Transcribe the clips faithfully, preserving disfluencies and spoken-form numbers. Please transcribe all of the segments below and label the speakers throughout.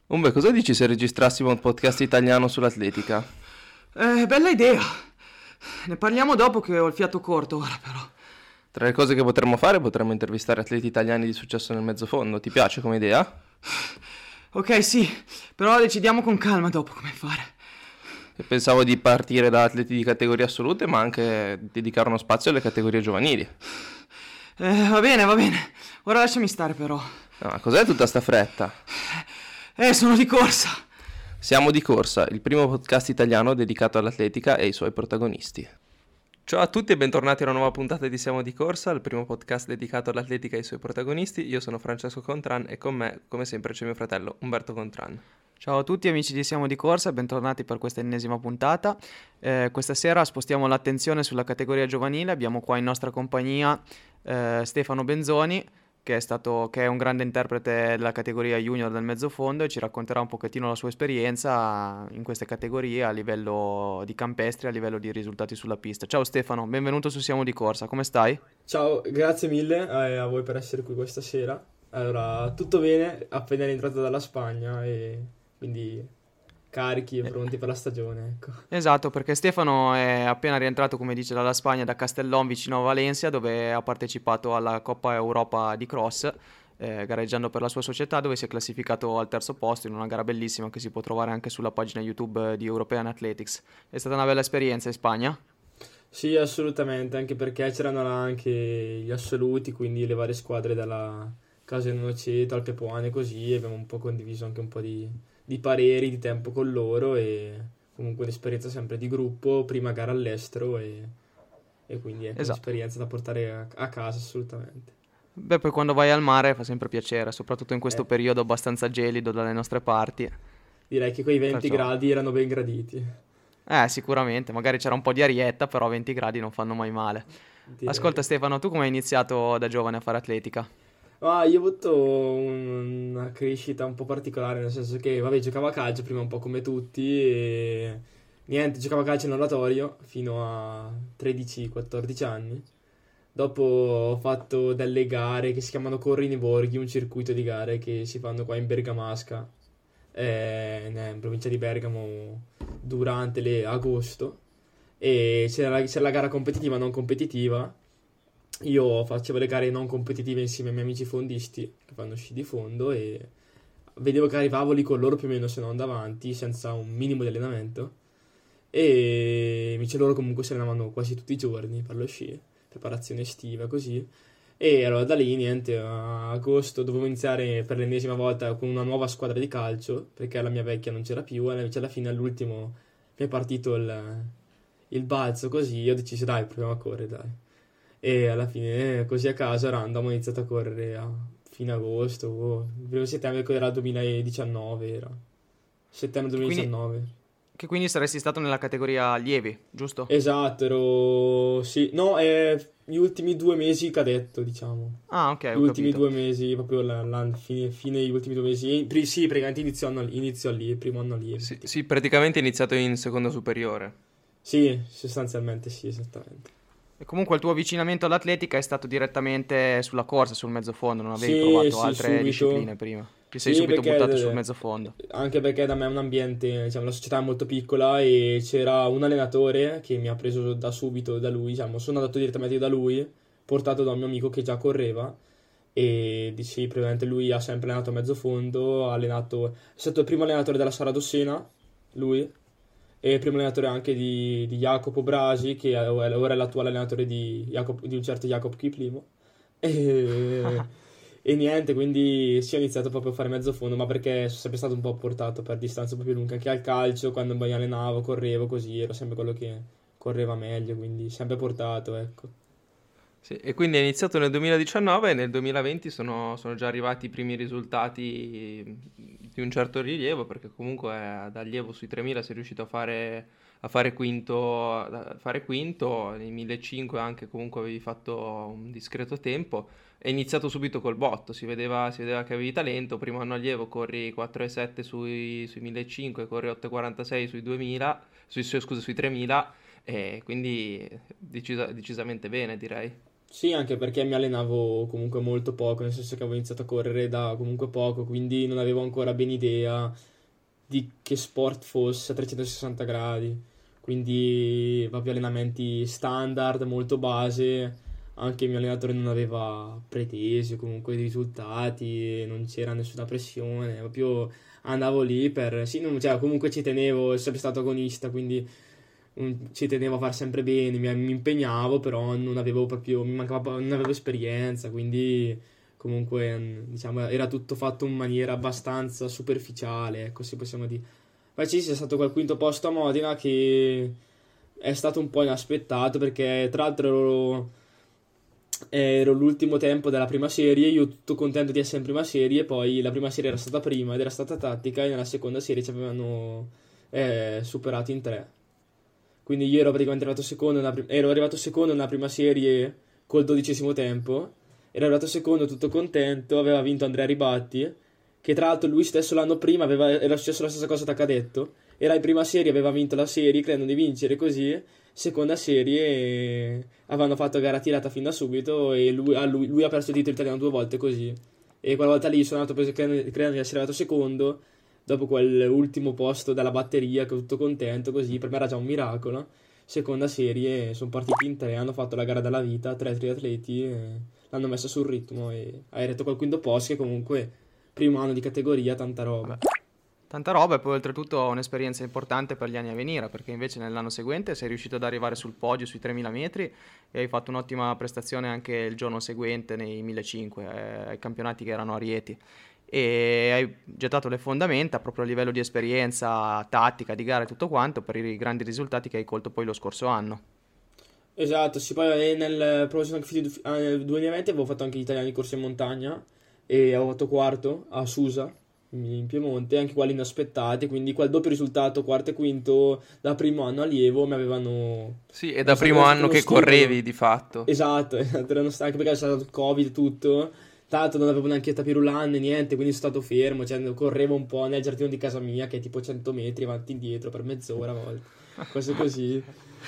Speaker 1: Umbe, cosa dici se registrassimo un podcast italiano sull'atletica?
Speaker 2: Eh, bella idea. Ne parliamo dopo che ho il fiato corto ora però.
Speaker 1: Tra le cose che potremmo fare potremmo intervistare atleti italiani di successo nel mezzofondo. Ti piace come idea?
Speaker 2: Ok, sì, però decidiamo con calma dopo come fare.
Speaker 1: E pensavo di partire da atleti di categorie assolute, ma anche dedicare uno spazio alle categorie giovanili.
Speaker 2: Eh, va bene, va bene. Ora lasciami stare però.
Speaker 1: No, ma cos'è tutta sta fretta?
Speaker 2: Eh, sono di corsa.
Speaker 1: Siamo di Corsa, il primo podcast italiano dedicato all'atletica e ai suoi protagonisti. Ciao a tutti e bentornati a una nuova puntata di Siamo di Corsa, il primo podcast dedicato all'atletica e ai suoi protagonisti. Io sono Francesco Contran e con me, come sempre, c'è mio fratello Umberto Contran.
Speaker 2: Ciao a tutti amici di Siamo di Corsa, bentornati per questa ennesima puntata. Eh, questa sera spostiamo l'attenzione sulla categoria giovanile, abbiamo qua in nostra compagnia eh, Stefano Benzoni, che è stato che è un grande interprete della categoria junior del mezzofondo e ci racconterà un pochettino la sua esperienza in queste categorie a livello di campestri, a livello di risultati sulla pista. Ciao Stefano, benvenuto su Siamo di Corsa, come stai?
Speaker 3: Ciao, grazie mille eh, a voi per essere qui questa sera. Allora, tutto bene, appena rientrato dalla Spagna e quindi carichi e pronti per la stagione, ecco.
Speaker 2: Esatto, perché Stefano è appena rientrato, come dice, dalla Spagna, da Castellón vicino a Valencia, dove ha partecipato alla Coppa Europa di Cross, eh, gareggiando per la sua società, dove si è classificato al terzo posto in una gara bellissima che si può trovare anche sulla pagina YouTube di European Athletics. È stata una bella esperienza in Spagna?
Speaker 3: Sì, assolutamente, anche perché c'erano là anche gli assoluti, quindi le varie squadre dalla Casenoceto al Pepuane e così, e abbiamo un po' condiviso anche un po' di, di pareri, di tempo con loro e comunque un'esperienza sempre di gruppo, prima gara all'estero e, e quindi ecco
Speaker 2: Esatto.
Speaker 3: un'esperienza da portare a, a casa assolutamente.
Speaker 2: Beh, poi quando vai al mare fa sempre piacere, soprattutto in questo
Speaker 3: Eh,
Speaker 2: periodo abbastanza gelido dalle nostre parti.
Speaker 3: direi che quei venti
Speaker 2: Perciò...
Speaker 3: gradi erano ben graditi,
Speaker 2: Eh, sicuramente, magari c'era un po' di arietta, però venti gradi non fanno mai male.
Speaker 3: direi.
Speaker 2: Ascolta Stefano, tu come hai iniziato da giovane a fare atletica?
Speaker 3: Ah, io ho avuto un- una crescita un po' particolare, nel senso che, vabbè, giocavo a calcio prima un po' come tutti e niente, giocavo a calcio in oratorio fino a tredici quattordici anni. Dopo ho fatto delle gare che si chiamano Corri nei Borghi, un circuito di gare che si fanno qua in Bergamasca, eh, in provincia di Bergamo, durante le agosto. E c'era, c'era la gara competitiva, non competitiva. Io facevo le gare non competitive insieme ai miei amici fondisti che fanno sci di fondo e vedevo che arrivavo lì con loro più o meno se non davanti senza un minimo di allenamento e amici loro comunque si allenavano quasi tutti i giorni per lo sci, preparazione estiva così e allora da lì niente, a agosto dovevo iniziare per l'ennesima volta con una nuova squadra di calcio perché la mia vecchia non c'era più e invece alla fine all'ultimo mi è partito il, il balzo così io ho deciso dai proviamo a correre dai e alla fine, eh, così a caso, random, ho iniziato a correre a fine agosto. Oh, il primo settembre che era duemiladiciannove, era settembre
Speaker 2: Che quindi,
Speaker 3: duemiladiciannove.
Speaker 2: che quindi saresti stato nella categoria allievi, giusto?
Speaker 3: Esatto, ero... Sì, no, è gli ultimi due mesi cadetto, diciamo.
Speaker 2: Ah, ok,
Speaker 3: Gli
Speaker 2: ho
Speaker 3: ultimi
Speaker 2: capito.
Speaker 3: due mesi, proprio la, la fine, fine degli ultimi due mesi. E pri- sì, praticamente inizio, anno, inizio lì, primo anno lì.
Speaker 1: Sì, sì, praticamente è iniziato in seconda superiore.
Speaker 3: Sì, sostanzialmente sì, esattamente.
Speaker 2: E comunque il tuo avvicinamento all'atletica è stato direttamente sulla corsa, sul mezzofondo, non avevi
Speaker 3: Sì,
Speaker 2: provato
Speaker 3: sì,
Speaker 2: altre discipline
Speaker 3: subito.
Speaker 2: prima. Ti sei
Speaker 3: Sì,
Speaker 2: subito
Speaker 3: perché
Speaker 2: buttato sul
Speaker 3: eh,
Speaker 2: mezzofondo.
Speaker 3: anche perché da me è un ambiente, diciamo, la società è molto piccola e c'era un allenatore che mi ha preso da subito da lui, diciamo, sono andato direttamente da lui, portato da un mio amico che già correva e dici, praticamente lui ha sempre allenato a mezzo fondo, ha allenato, è stato il primo allenatore della Sara Dossena, lui, e il primo allenatore anche di, di Jacopo Brasi, che è- ora è l'attuale allenatore di, Jacob- di un certo Jacob Kiplimo. E, e niente, quindi sì, ho iniziato proprio a fare mezzo fondo, ma perché sono sempre stato un po' portato per distanze un po' più lunghe, anche al calcio, quando mi allenavo, correvo così, ero sempre quello che correva meglio, quindi sempre portato, ecco.
Speaker 1: Sì, e quindi è iniziato nel duemiladiciannove e nel duemilaventi sono, sono già arrivati i primi risultati di un certo rilievo, perché comunque ad allievo sui tremila sei riuscito a fare, a fare quinto, a fare quinto, nei millecinquecento anche comunque avevi fatto un discreto tempo. È iniziato subito col botto, si vedeva, si vedeva che avevi talento, primo anno allievo corri quattro virgola sette sui, sui millecinquecento, corri otto virgola quarantasei sui duemila, sui, sui- scusa, sui tremila, e quindi decisa- decisamente bene direi.
Speaker 3: Sì, anche perché mi allenavo comunque molto poco, nel senso che avevo iniziato a correre da comunque poco, quindi non avevo ancora ben idea di che sport fosse a trecentosessanta gradi. Quindi proprio allenamenti standard, molto base. Anche il mio allenatore non aveva pretese o comunque di risultati, non c'era nessuna pressione, proprio andavo lì per... Sì, non- cioè, comunque ci tenevo, sono sempre stato agonista, quindi mm, ci tenevo a far sempre bene, mi, mi impegnavo, però non avevo proprio, mi mancava, non avevo esperienza, quindi comunque mm, diciamo era tutto fatto in maniera abbastanza superficiale, ecco, se possiamo dire. Poi ci sia stato quel quinto posto a Modena che è stato un po' inaspettato perché tra l'altro ero, ero l'ultimo tempo della prima serie, io tutto contento di essere in prima serie, poi la prima serie era stata prima ed era stata tattica e nella seconda serie ci avevano eh, superato in tre. Quindi io ero praticamente arrivato secondo nella, prim- ero arrivato secondo nella prima serie col dodicesimo tempo, ero arrivato secondo tutto contento, aveva vinto Andrea Ribatti, che tra l'altro lui stesso l'anno prima aveva, era successo la stessa cosa da cadetto, era in prima serie, aveva vinto la serie credendo di vincere così, seconda serie eh, avevano fatto gara tirata fin da subito e lui, a lui- lui ha perso il titolo italiano due volte così. E quella volta lì sono andato preso credendo credendo di essere arrivato secondo, dopo quell'ultimo posto dalla batteria, che tutto contento così, per me era già un miracolo. Seconda serie, sono partiti in tre, hanno fatto la gara della vita, tre triatleti, e l'hanno messa sul ritmo e hai retto col quinto posto, che comunque primo anno di categoria, tanta roba.
Speaker 2: Vabbè. Tanta roba e poi oltretutto un'esperienza importante per gli anni a venire, perché invece nell'anno seguente sei riuscito ad arrivare sul podio sui tremila metri e hai fatto un'ottima prestazione anche il giorno seguente nei millecinquecento, eh, ai campionati che erano a Rieti. E hai gettato le fondamenta proprio a livello di esperienza, tattica, di gara e tutto quanto per i grandi risultati che hai colto poi lo scorso anno.
Speaker 3: Esatto, sì, poi eh, nel prossimo ah, nel duemilaventi avevo fatto anche gli italiani di corsa in montagna e avevo fatto quarto a Susa in Piemonte, anche quelli inaspettati, quindi quel doppio risultato, quarto e quinto da primo anno allievo mi avevano...
Speaker 1: Sì, e
Speaker 3: mi
Speaker 1: da
Speaker 3: è stato-
Speaker 1: primo
Speaker 3: è stato
Speaker 1: anno
Speaker 3: uno
Speaker 1: che
Speaker 3: stimolo.
Speaker 1: correvi di fatto.
Speaker 3: Esatto, esatto, erano sta- anche perché c'era stato il Covid e tutto, tanto non avevo neanche tapirulan né niente, quindi sono stato fermo, cioè correvo un po' nel giardino di casa mia che è tipo cento metri avanti e indietro per mezz'ora a volte, cose così.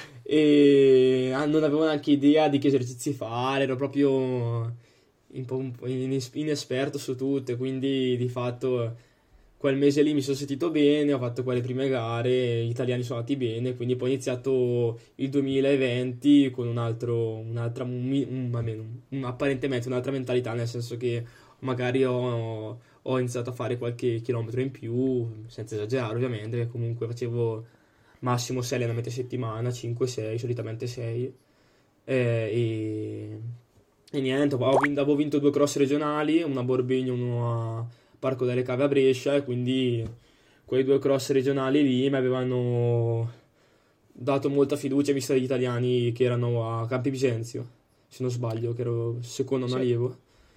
Speaker 3: E ah, non avevo neanche idea di che esercizi fare, ero proprio un po', un po' ines- inesperto su tutto, e quindi di fatto quel mese lì mi sono sentito bene, ho fatto quelle prime gare, gli italiani sono andati bene, quindi poi ho iniziato il duemilaventi con un altro, un'altra, un, mi- un- almeno, un- apparentemente un'altra mentalità, nel senso che magari ho, ho iniziato a fare qualche chilometro in più, senza esagerare ovviamente, perché comunque facevo massimo sei allenamenti a settimana, cinque sei, solitamente sei. Eh, e, e niente, avevo vinto, avevo vinto due cross regionali, uno a Borbegno, uno a Parco delle Cave a Brescia, e quindi quei due cross regionali lì mi avevano dato molta fiducia, visto gli italiani che erano a Campi Bisenzio, se non sbaglio, che ero secondo un
Speaker 2: Sì.
Speaker 3: allievo.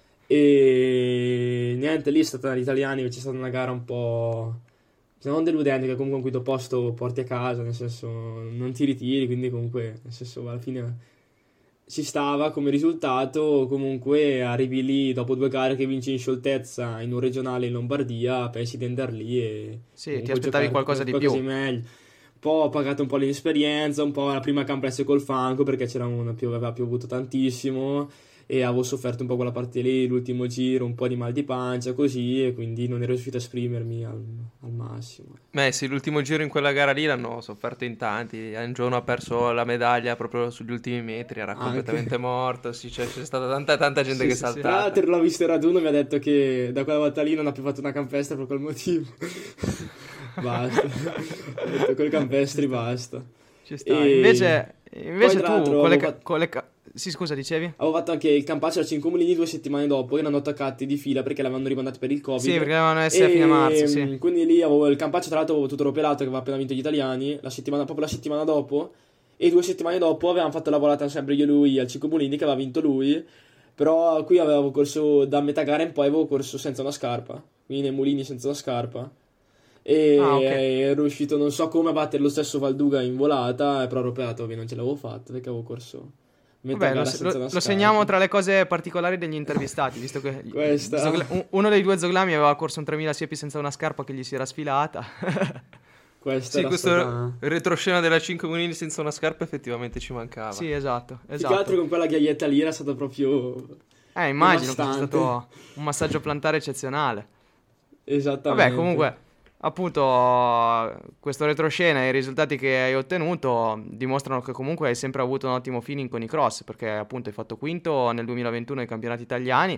Speaker 3: E niente, lì è stata gli italiani, c'è stata una gara un po'... cioè, non deludente, che comunque un quinto posto porti a casa, nel senso non ti ritiri, quindi comunque nel senso alla fine ci stava come risultato, comunque arrivi lì dopo due gare che vinci in scioltezza in un regionale in Lombardia, pensi di andare lì e
Speaker 2: Sì, ti
Speaker 3: comunque
Speaker 2: aspettavi
Speaker 3: giocare
Speaker 2: qualcosa di
Speaker 3: qualcosa
Speaker 2: più.
Speaker 3: di meglio. Poi ho pagato un po' l'inesperienza, un po' la prima campressa col fango perché c'era una più, aveva piovuto tantissimo e avevo sofferto un po' quella parte lì, l'ultimo giro, un po' di mal di pancia così, e quindi non ero riuscito a esprimermi al, al massimo.
Speaker 1: Beh, sì, l'ultimo giro in quella gara lì l'hanno sofferto in tanti. Angione ha perso la medaglia proprio sugli ultimi metri, era
Speaker 3: Anche.
Speaker 1: completamente morto. Sì, cioè, c'è stata tanta, tanta gente
Speaker 2: Sì,
Speaker 1: che è
Speaker 2: sì, sì.
Speaker 3: Tra
Speaker 1: saltata.
Speaker 3: l'altro l'ho visto in raduno, mi ha detto che da quella volta lì non ha più fatto una campestre per quel motivo. Basta. Ho detto col campestri basta.
Speaker 2: Ci sta.
Speaker 3: E
Speaker 2: Invece, invece
Speaker 3: poi, tra
Speaker 2: tu
Speaker 3: l'altro,
Speaker 2: con le,
Speaker 3: avevo
Speaker 2: ca-
Speaker 3: fatto,
Speaker 2: con le ca- Sì, scusa, dicevi?
Speaker 3: avevo fatto anche il Campaccio a cinque mulini due settimane dopo, che erano attaccati di fila perché l'avevano rimandati per il Covid.
Speaker 2: Sì, perché dovevano essere a fine marzo,
Speaker 3: E
Speaker 2: sì.
Speaker 3: mm, quindi lì avevo il Campaccio, tra l'altro avevo tutto ropelato che aveva appena vinto gli italiani, la settimana, proprio la settimana dopo, e due settimane dopo avevamo fatto la volata sempre io e lui al cinque mulini che aveva vinto lui, però qui avevo corso da metà gara in poi, avevo corso senza una scarpa, quindi nei mulini senza una scarpa. E
Speaker 2: Ah, ok.
Speaker 3: ero riuscito non so come a battere lo stesso Valduga in volata, però ropelato ovvio non ce l'avevo fatto perché avevo corso metà
Speaker 2: Vabbè, lo,
Speaker 3: gara
Speaker 2: se-
Speaker 3: senza
Speaker 2: lo-
Speaker 3: una
Speaker 2: lo
Speaker 3: scarpa.
Speaker 2: segniamo tra le cose particolari degli intervistati, visto che,
Speaker 3: Questa.
Speaker 2: visto che un- uno dei due zoglami aveva corso un tremila siepi senza una scarpa che gli si era sfilata.
Speaker 3: Questa
Speaker 1: Sì,
Speaker 3: era
Speaker 1: questo
Speaker 3: stata...
Speaker 1: retroscena della cinque Munini senza una scarpa effettivamente ci mancava.
Speaker 2: Sì, esatto,
Speaker 3: Più che altro
Speaker 2: esatto.
Speaker 3: con quella ghiaietta lì era stato proprio
Speaker 2: Eh, immagino che sia
Speaker 3: devastante.
Speaker 2: stato un massaggio plantare eccezionale. Vabbè,
Speaker 3: Esattamente.
Speaker 2: comunque, appunto, questo retroscena e i risultati che hai ottenuto dimostrano che comunque hai sempre avuto un ottimo feeling con i cross, perché appunto hai fatto quinto nel duemilaventuno ai campionati italiani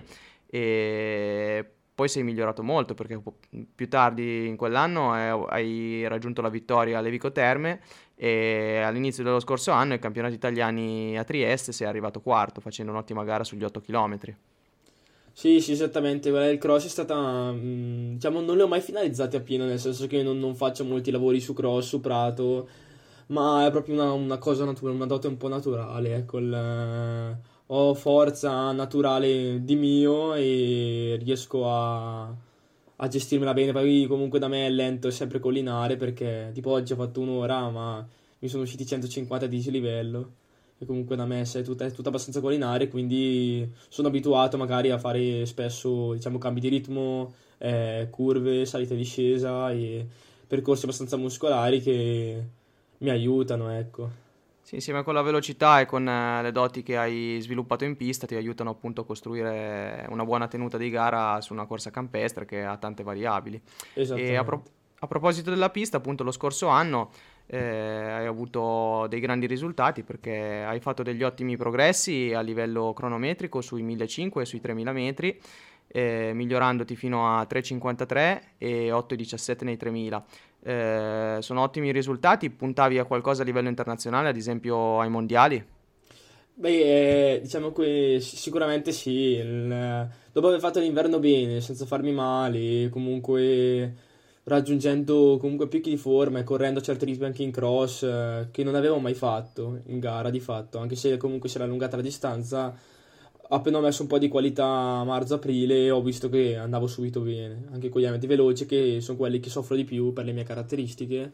Speaker 2: e poi sei migliorato molto, perché po- più tardi in quell'anno hai hai raggiunto la vittoria a Levico Terme e all'inizio dello scorso anno ai campionati italiani a Trieste sei arrivato quarto facendo un'ottima gara sugli otto chilometri.
Speaker 3: Sì, sì, esattamente. Quella del cross è stata, mm, diciamo, non li ho mai finalizzati appieno, nel senso che non, non faccio molti lavori su cross, su prato, ma è proprio una, una cosa naturale, una dote un po' naturale, ecco, il, eh, ho forza naturale di mio e riesco a, a gestirmela bene. Poi comunque da me è lento, è sempre collinare perché tipo oggi ho fatto un'ora, ma mi sono usciti centocinquanta di dislivello. E comunque da me è tutta, è tutta abbastanza collinare, quindi sono abituato magari a fare spesso, diciamo, cambi di ritmo, eh, curve, salita e discesa e percorsi abbastanza muscolari che mi aiutano, ecco.
Speaker 2: Sì, insieme con la velocità e con eh, le doti che hai sviluppato in pista ti aiutano appunto a costruire una buona tenuta di gara su una corsa campestre che ha tante variabili. E a, pro-
Speaker 3: Esattamente.
Speaker 2: a proposito della pista, appunto lo scorso anno eh, hai avuto dei grandi risultati perché hai fatto degli ottimi progressi a livello cronometrico sui millecinquecento e sui tremila metri, eh, migliorandoti fino a tre virgola cinquantatré e otto virgola diciassette nei tremila. Eh, sono ottimi risultati, puntavi a qualcosa a livello internazionale, ad esempio ai mondiali?
Speaker 3: Beh, eh, diciamo che s- sicuramente sì, il- dopo aver fatto l'inverno bene, senza farmi male, comunque raggiungendo comunque picchi di forma e correndo a certi ritmi anche in cross, eh, che non avevo mai fatto in gara di fatto, anche se comunque si era allungata la distanza, appena ho messo un po' di qualità a marzo-aprile ho visto che andavo subito bene, anche con gli aumenti veloci che sono quelli che soffro di più per le mie caratteristiche.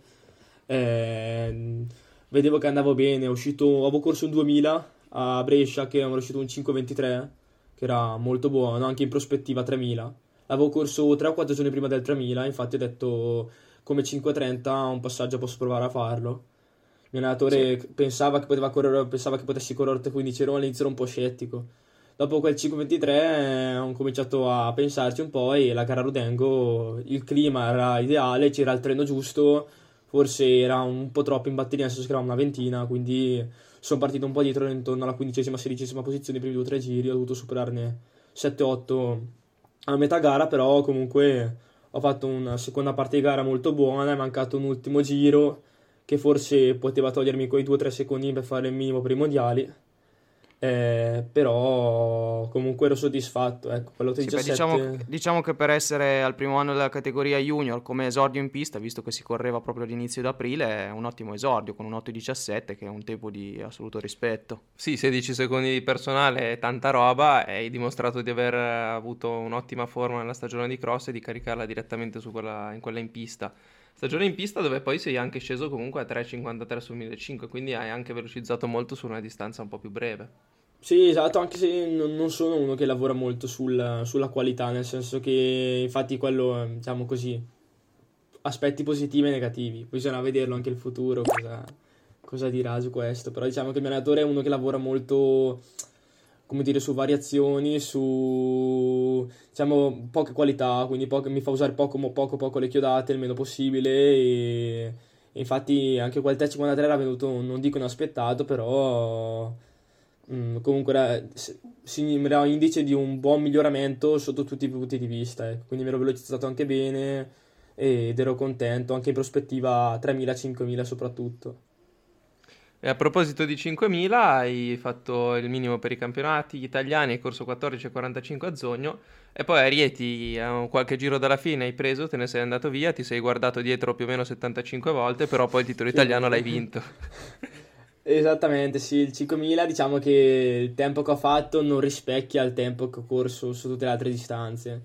Speaker 3: Eh, vedevo che andavo bene, è uscito, avevo corso un duemila a Brescia che ero uscito un cinque ventitré, che era molto buono, anche in prospettiva tremila. L'avevo corso tre o quattro giorni prima del tremila, infatti ho detto come cinque trenta un passaggio posso provare a farlo. Il mio
Speaker 2: Sì.
Speaker 3: allenatore pensava che poteva correre, pensava che potessi correre oltre quindici ero all'inizio ero un po' scettico. Dopo quel cinque ventitré eh, ho cominciato a pensarci un po' e la gara a Rudengo, il clima era ideale, c'era il treno giusto, forse era un po' troppo in batteria, nel senso che era una ventina, quindi sono partito un po' dietro intorno alla quindicesima, sedicesima posizione, i primi due o tre giri, ho dovuto superarne sette otto a metà gara, però comunque ho fatto una seconda parte di gara molto buona, è mancato un ultimo giro che forse poteva togliermi quei due o tre secondi per fare il minimo per i mondiali, eh, però comunque ero soddisfatto, ecco, quello
Speaker 2: Sì, beh, diciamo, che-
Speaker 3: diciassette.
Speaker 2: diciamo che per essere al primo anno della categoria junior come esordio in pista, visto che si correva proprio all'inizio d'aprile, è un ottimo esordio con un otto diciassette che è un tempo di assoluto rispetto.
Speaker 1: Sì, sedici secondi di personale è tanta roba e hai dimostrato di aver avuto un'ottima forma nella stagione di cross e di caricarla direttamente su quella, in quella in pista. Stagione in pista dove poi sei anche sceso comunque a tre virgola cinquantatré sul millecinquecento, quindi hai anche velocizzato molto su una distanza un po' più breve.
Speaker 3: Sì, esatto, anche se non non sono uno che lavora molto sul- sulla qualità, nel senso che infatti quello, eh, diciamo così, aspetti positivi e negativi, bisogna vederlo anche il futuro, cosa, cosa dirà su questo, però diciamo che il mio allenatore è uno che lavora molto, come dire, su variazioni, su, diciamo, poche qualità, quindi poche- mi fa usare poco, mo- poco, poco le chiodate, il meno possibile, e, e infatti anche quel tre cinquantatré era venuto, non dico inaspettato, però mm, comunque era, s- si- era un indice di un buon miglioramento sotto tutti i punti di vista, ecco. Quindi mi ero velocizzato anche bene ed ero contento, anche in prospettiva tremila cinquemila soprattutto.
Speaker 1: E a proposito di cinquemila, hai fatto il minimo per i campionati italiani, hai corso quattordici e quarantacinque a Zogno e poi a Rieti, a qualche giro dalla fine, hai preso, te ne sei andato via, ti sei guardato dietro più o meno settantacinque volte, però poi il titolo
Speaker 3: Più o
Speaker 1: italiano
Speaker 3: meno.
Speaker 1: l'hai vinto.
Speaker 3: Esattamente, sì, il cinquemila diciamo che il tempo che ho fatto non rispecchia il tempo che ho corso su tutte le altre distanze.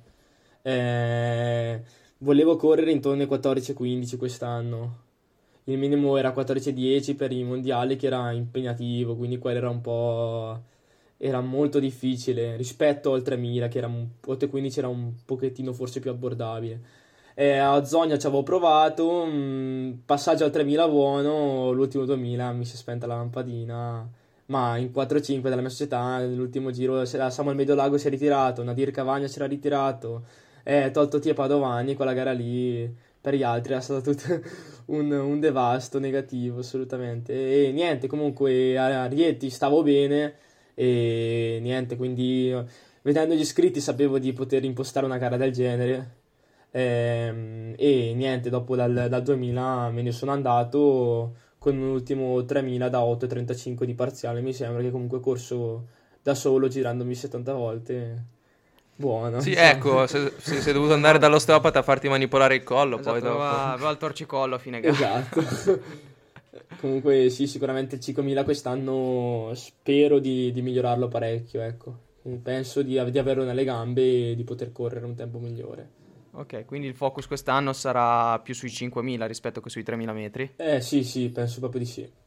Speaker 3: Eh, volevo correre intorno ai quattordici e quindici quest'anno. Il minimo era quattordici e dieci per i mondiali che era impegnativo, quindi quello era un po'... era molto difficile rispetto al tremila che era un... otto e quindici era un pochettino forse più abbordabile. Eh, a Zogna ci avevo provato, mh, passaggio al tremila buono, l'ultimo duemila mi si è spenta la lampadina, ma in quattro cinque della mia società, nell'ultimo giro se la Samuel Mediolago si è ritirato, Nadir Cavagna si era ritirato, eh, Tolto Tia Padovani, quella gara lì per gli altri era stato tutto un, un devasto negativo assolutamente. E niente, comunque a Rieti stavo bene e niente, quindi vedendo gli iscritti sapevo di poter impostare una gara del genere. Ehm, e niente, dopo dal, dal duemila me ne sono andato con un ultimo tremila da otto virgola trentacinque di parziale, mi sembra che comunque ho corso da solo girandomi settanta volte. Buono,
Speaker 1: Sì,
Speaker 3: diciamo.
Speaker 1: ecco, se, se sei dovuto andare dall'osteopata a farti manipolare il collo,
Speaker 2: Esatto,
Speaker 1: poi dopo...
Speaker 2: aveva, aveva il torcicollo a fine gara.
Speaker 3: Esatto. Comunque sì, sicuramente il cinquemila quest'anno spero di, di migliorarlo parecchio, ecco. E penso di, di averlo nelle gambe e di poter correre un tempo migliore.
Speaker 2: Ok, quindi il focus quest'anno sarà più sui cinquemila rispetto che sui tremila metri?
Speaker 3: Eh sì, sì, penso proprio di sì.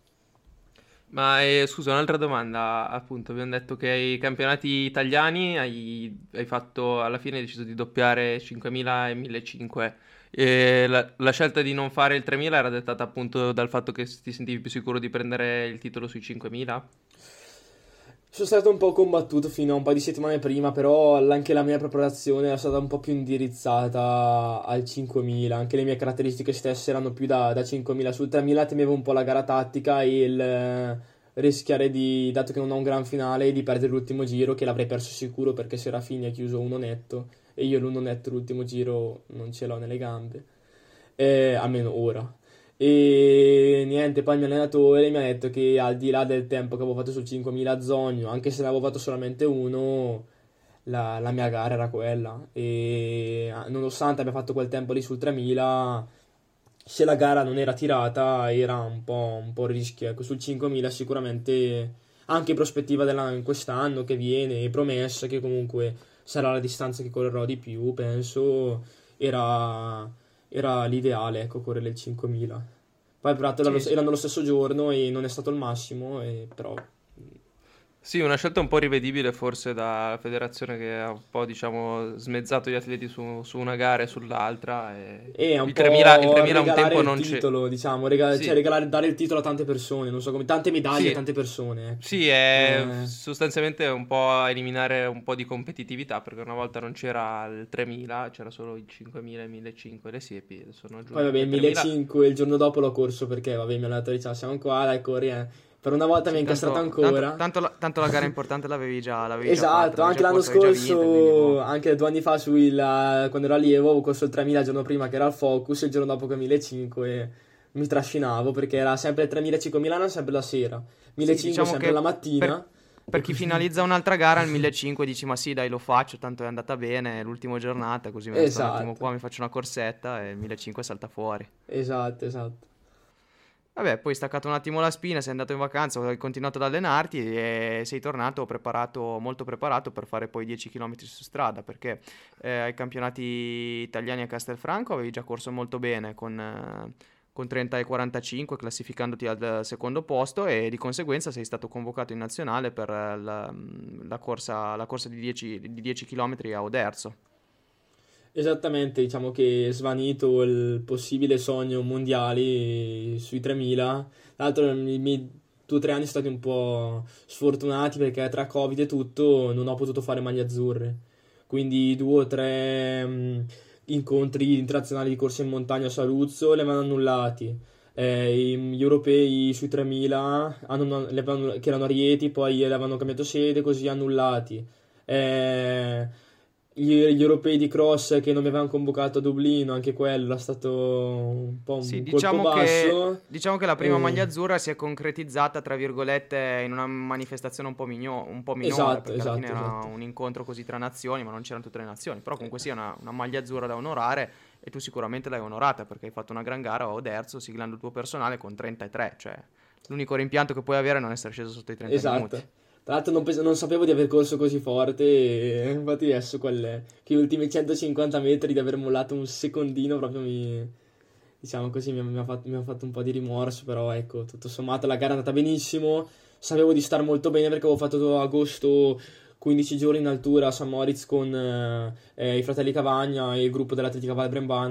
Speaker 1: Ma eh, scusa, un'altra domanda, appunto, abbiamo detto che ai campionati italiani hai, hai fatto, alla fine hai deciso di doppiare cinquemila e millecinquecento. E la, la scelta di non fare il tremila era dettata appunto dal fatto che ti sentivi più sicuro di prendere il titolo sui cinquemila?
Speaker 3: Sono stato un po' combattuto fino a un paio di settimane prima, però anche la mia preparazione era stata un po' più indirizzata al cinquemila, anche le mie caratteristiche stesse erano più da, da cinquemila. Sul tremila temevo un po' la gara tattica e il eh, rischiare di, dato che non ho un gran finale, di perdere l'ultimo giro, che l'avrei perso sicuro perché Serafini ha chiuso uno netto e io l'uno netto l'ultimo giro non ce l'ho nelle gambe, eh, almeno ora. E niente, poi il mio allenatore mi ha detto che al di là del tempo che avevo fatto sul cinquemila a Zogno, anche se ne avevo fatto solamente uno, la, la mia gara era quella. E ah, nonostante abbia fatto quel tempo lì sul tremila, se la gara non era tirata era un po', un po' un rischio. Ecco, sul cinquemila sicuramente anche in prospettiva della, in quest'anno che viene e promessa che comunque sarà la distanza che correrò di più, penso era era l'ideale, ecco, correre il cinquemila. Poi peraltro era
Speaker 2: Sì,
Speaker 3: lo-
Speaker 2: sì.
Speaker 3: erano lo stesso giorno e non è stato il massimo, e però
Speaker 1: Sì, una scelta un po' rivedibile forse dalla federazione che ha un po', diciamo, smezzato gli atleti su, su una gara e sull'altra. E...
Speaker 3: è un
Speaker 1: Il tremila, il
Speaker 3: po'
Speaker 1: tremila un
Speaker 3: regalare
Speaker 1: tempo
Speaker 3: il
Speaker 1: non c'è.
Speaker 3: titolo, diciamo, rega- cioè
Speaker 1: Sì,
Speaker 3: regalare, dare il titolo a tante persone, non so come, tante medaglie a
Speaker 1: sì,
Speaker 3: tante persone, ecco.
Speaker 1: sì, è
Speaker 3: Eh,
Speaker 1: sostanzialmente un po' eliminare un po' di competitività perché una volta non c'era il tremila, c'era solo il cinquemila e il millecinquecento e le siepi, sono
Speaker 3: Poi
Speaker 1: aggiunte
Speaker 3: vabbè,
Speaker 1: il
Speaker 3: il
Speaker 1: tremila.
Speaker 3: millecinquecento il giorno dopo l'ho corso perché, vabbè, il mio allenatore diceva, siamo qua, dai, corri, eh. Per una volta mi ha
Speaker 2: Sì,
Speaker 3: incastrato
Speaker 2: tanto, tanto,
Speaker 3: ancora.
Speaker 2: tanto la, tanto la gara importante l'avevi già, l'avevi già fatta,
Speaker 3: Esatto,
Speaker 2: l'avevi
Speaker 3: anche
Speaker 2: già
Speaker 3: l'anno
Speaker 2: corsa, l'avevi già vinta, quindi
Speaker 3: scorso,
Speaker 2: boh.
Speaker 3: anche due anni fa, sul, quando ero allievo, avevo corso il tremila il giorno prima che era il Focus, il giorno dopo che il millecinquecento e mi trascinavo perché era sempre il tremila e cinquemila, erano sempre la sera,
Speaker 2: Sì,
Speaker 3: millecinquecento
Speaker 2: diciamo
Speaker 3: sempre
Speaker 2: che
Speaker 3: la
Speaker 2: per,
Speaker 3: mattina.
Speaker 2: per
Speaker 3: E
Speaker 2: chi
Speaker 3: quindi-
Speaker 2: finalizza un'altra gara al millecinquecento dici ma sì dai lo faccio, tanto è andata bene, è l'ultima giornata, così me ne sto un attimo
Speaker 3: Esatto,
Speaker 2: qua, mi faccio una corsetta e il millecinquecento salta fuori.
Speaker 3: esatto, esatto.
Speaker 2: Vabbè, poi hai staccato un attimo la spina, sei andato in vacanza, hai continuato ad allenarti e sei tornato preparato, molto preparato per fare poi dieci chilometri su strada, perché eh, ai campionati italiani a Castelfranco avevi già corso molto bene con, eh, con trenta e quarantacinque, classificandoti al secondo posto e di conseguenza sei stato convocato in nazionale per eh, la, la corsa, la corsa di dieci, di dieci chilometri a Oderzo.
Speaker 3: Esattamente, diciamo che è svanito il possibile sogno mondiali sui tremila. Tra l'altro i miei due o tre anni sono stati un po' sfortunati perché tra Covid e tutto non ho potuto fare maglie azzurre. Quindi due o tre mh, incontri internazionali di corsa in montagna a Saluzzo li avevano annullati. Eh, i- gli europei sui tremila hanno- li avevano- che erano a Rieti, poi li avevano cambiato sede, così annullati. Eh, gli, gli europei di cross che non mi avevano convocato a Dublino, anche quello è stato un po'
Speaker 2: Sì,
Speaker 3: un colpo
Speaker 2: diciamo che,
Speaker 3: basso.
Speaker 2: diciamo che la prima maglia
Speaker 3: Eh,
Speaker 2: azzurra si è concretizzata, tra virgolette, in una manifestazione un po', migno- un po' minore,
Speaker 3: esatto,
Speaker 2: perché alla fine
Speaker 3: esatto,
Speaker 2: era
Speaker 3: esatto.
Speaker 2: un incontro così tra nazioni, ma non c'erano tutte le nazioni. Però comunque sia una, una maglia azzurra da onorare e tu sicuramente l'hai onorata perché hai fatto una gran gara a Oderzo siglando il tuo personale con trentatré, cioè l'unico rimpianto che puoi avere è non essere sceso sotto i trenta
Speaker 3: Esatto.
Speaker 2: minuti.
Speaker 3: Tra l'altro non, pes- non sapevo di aver corso così forte, e infatti adesso quelle, che ultimi centocinquanta metri di aver mollato un secondino proprio mi, diciamo così, mi, mi ha fatto, mi ha fatto un po' di rimorso, però ecco, tutto sommato la gara è andata benissimo, sapevo di star molto bene perché avevo fatto agosto quindici giorni in altura a San Moritz con eh, eh, i fratelli Cavagna e il gruppo dell'Atletica Val Brembana,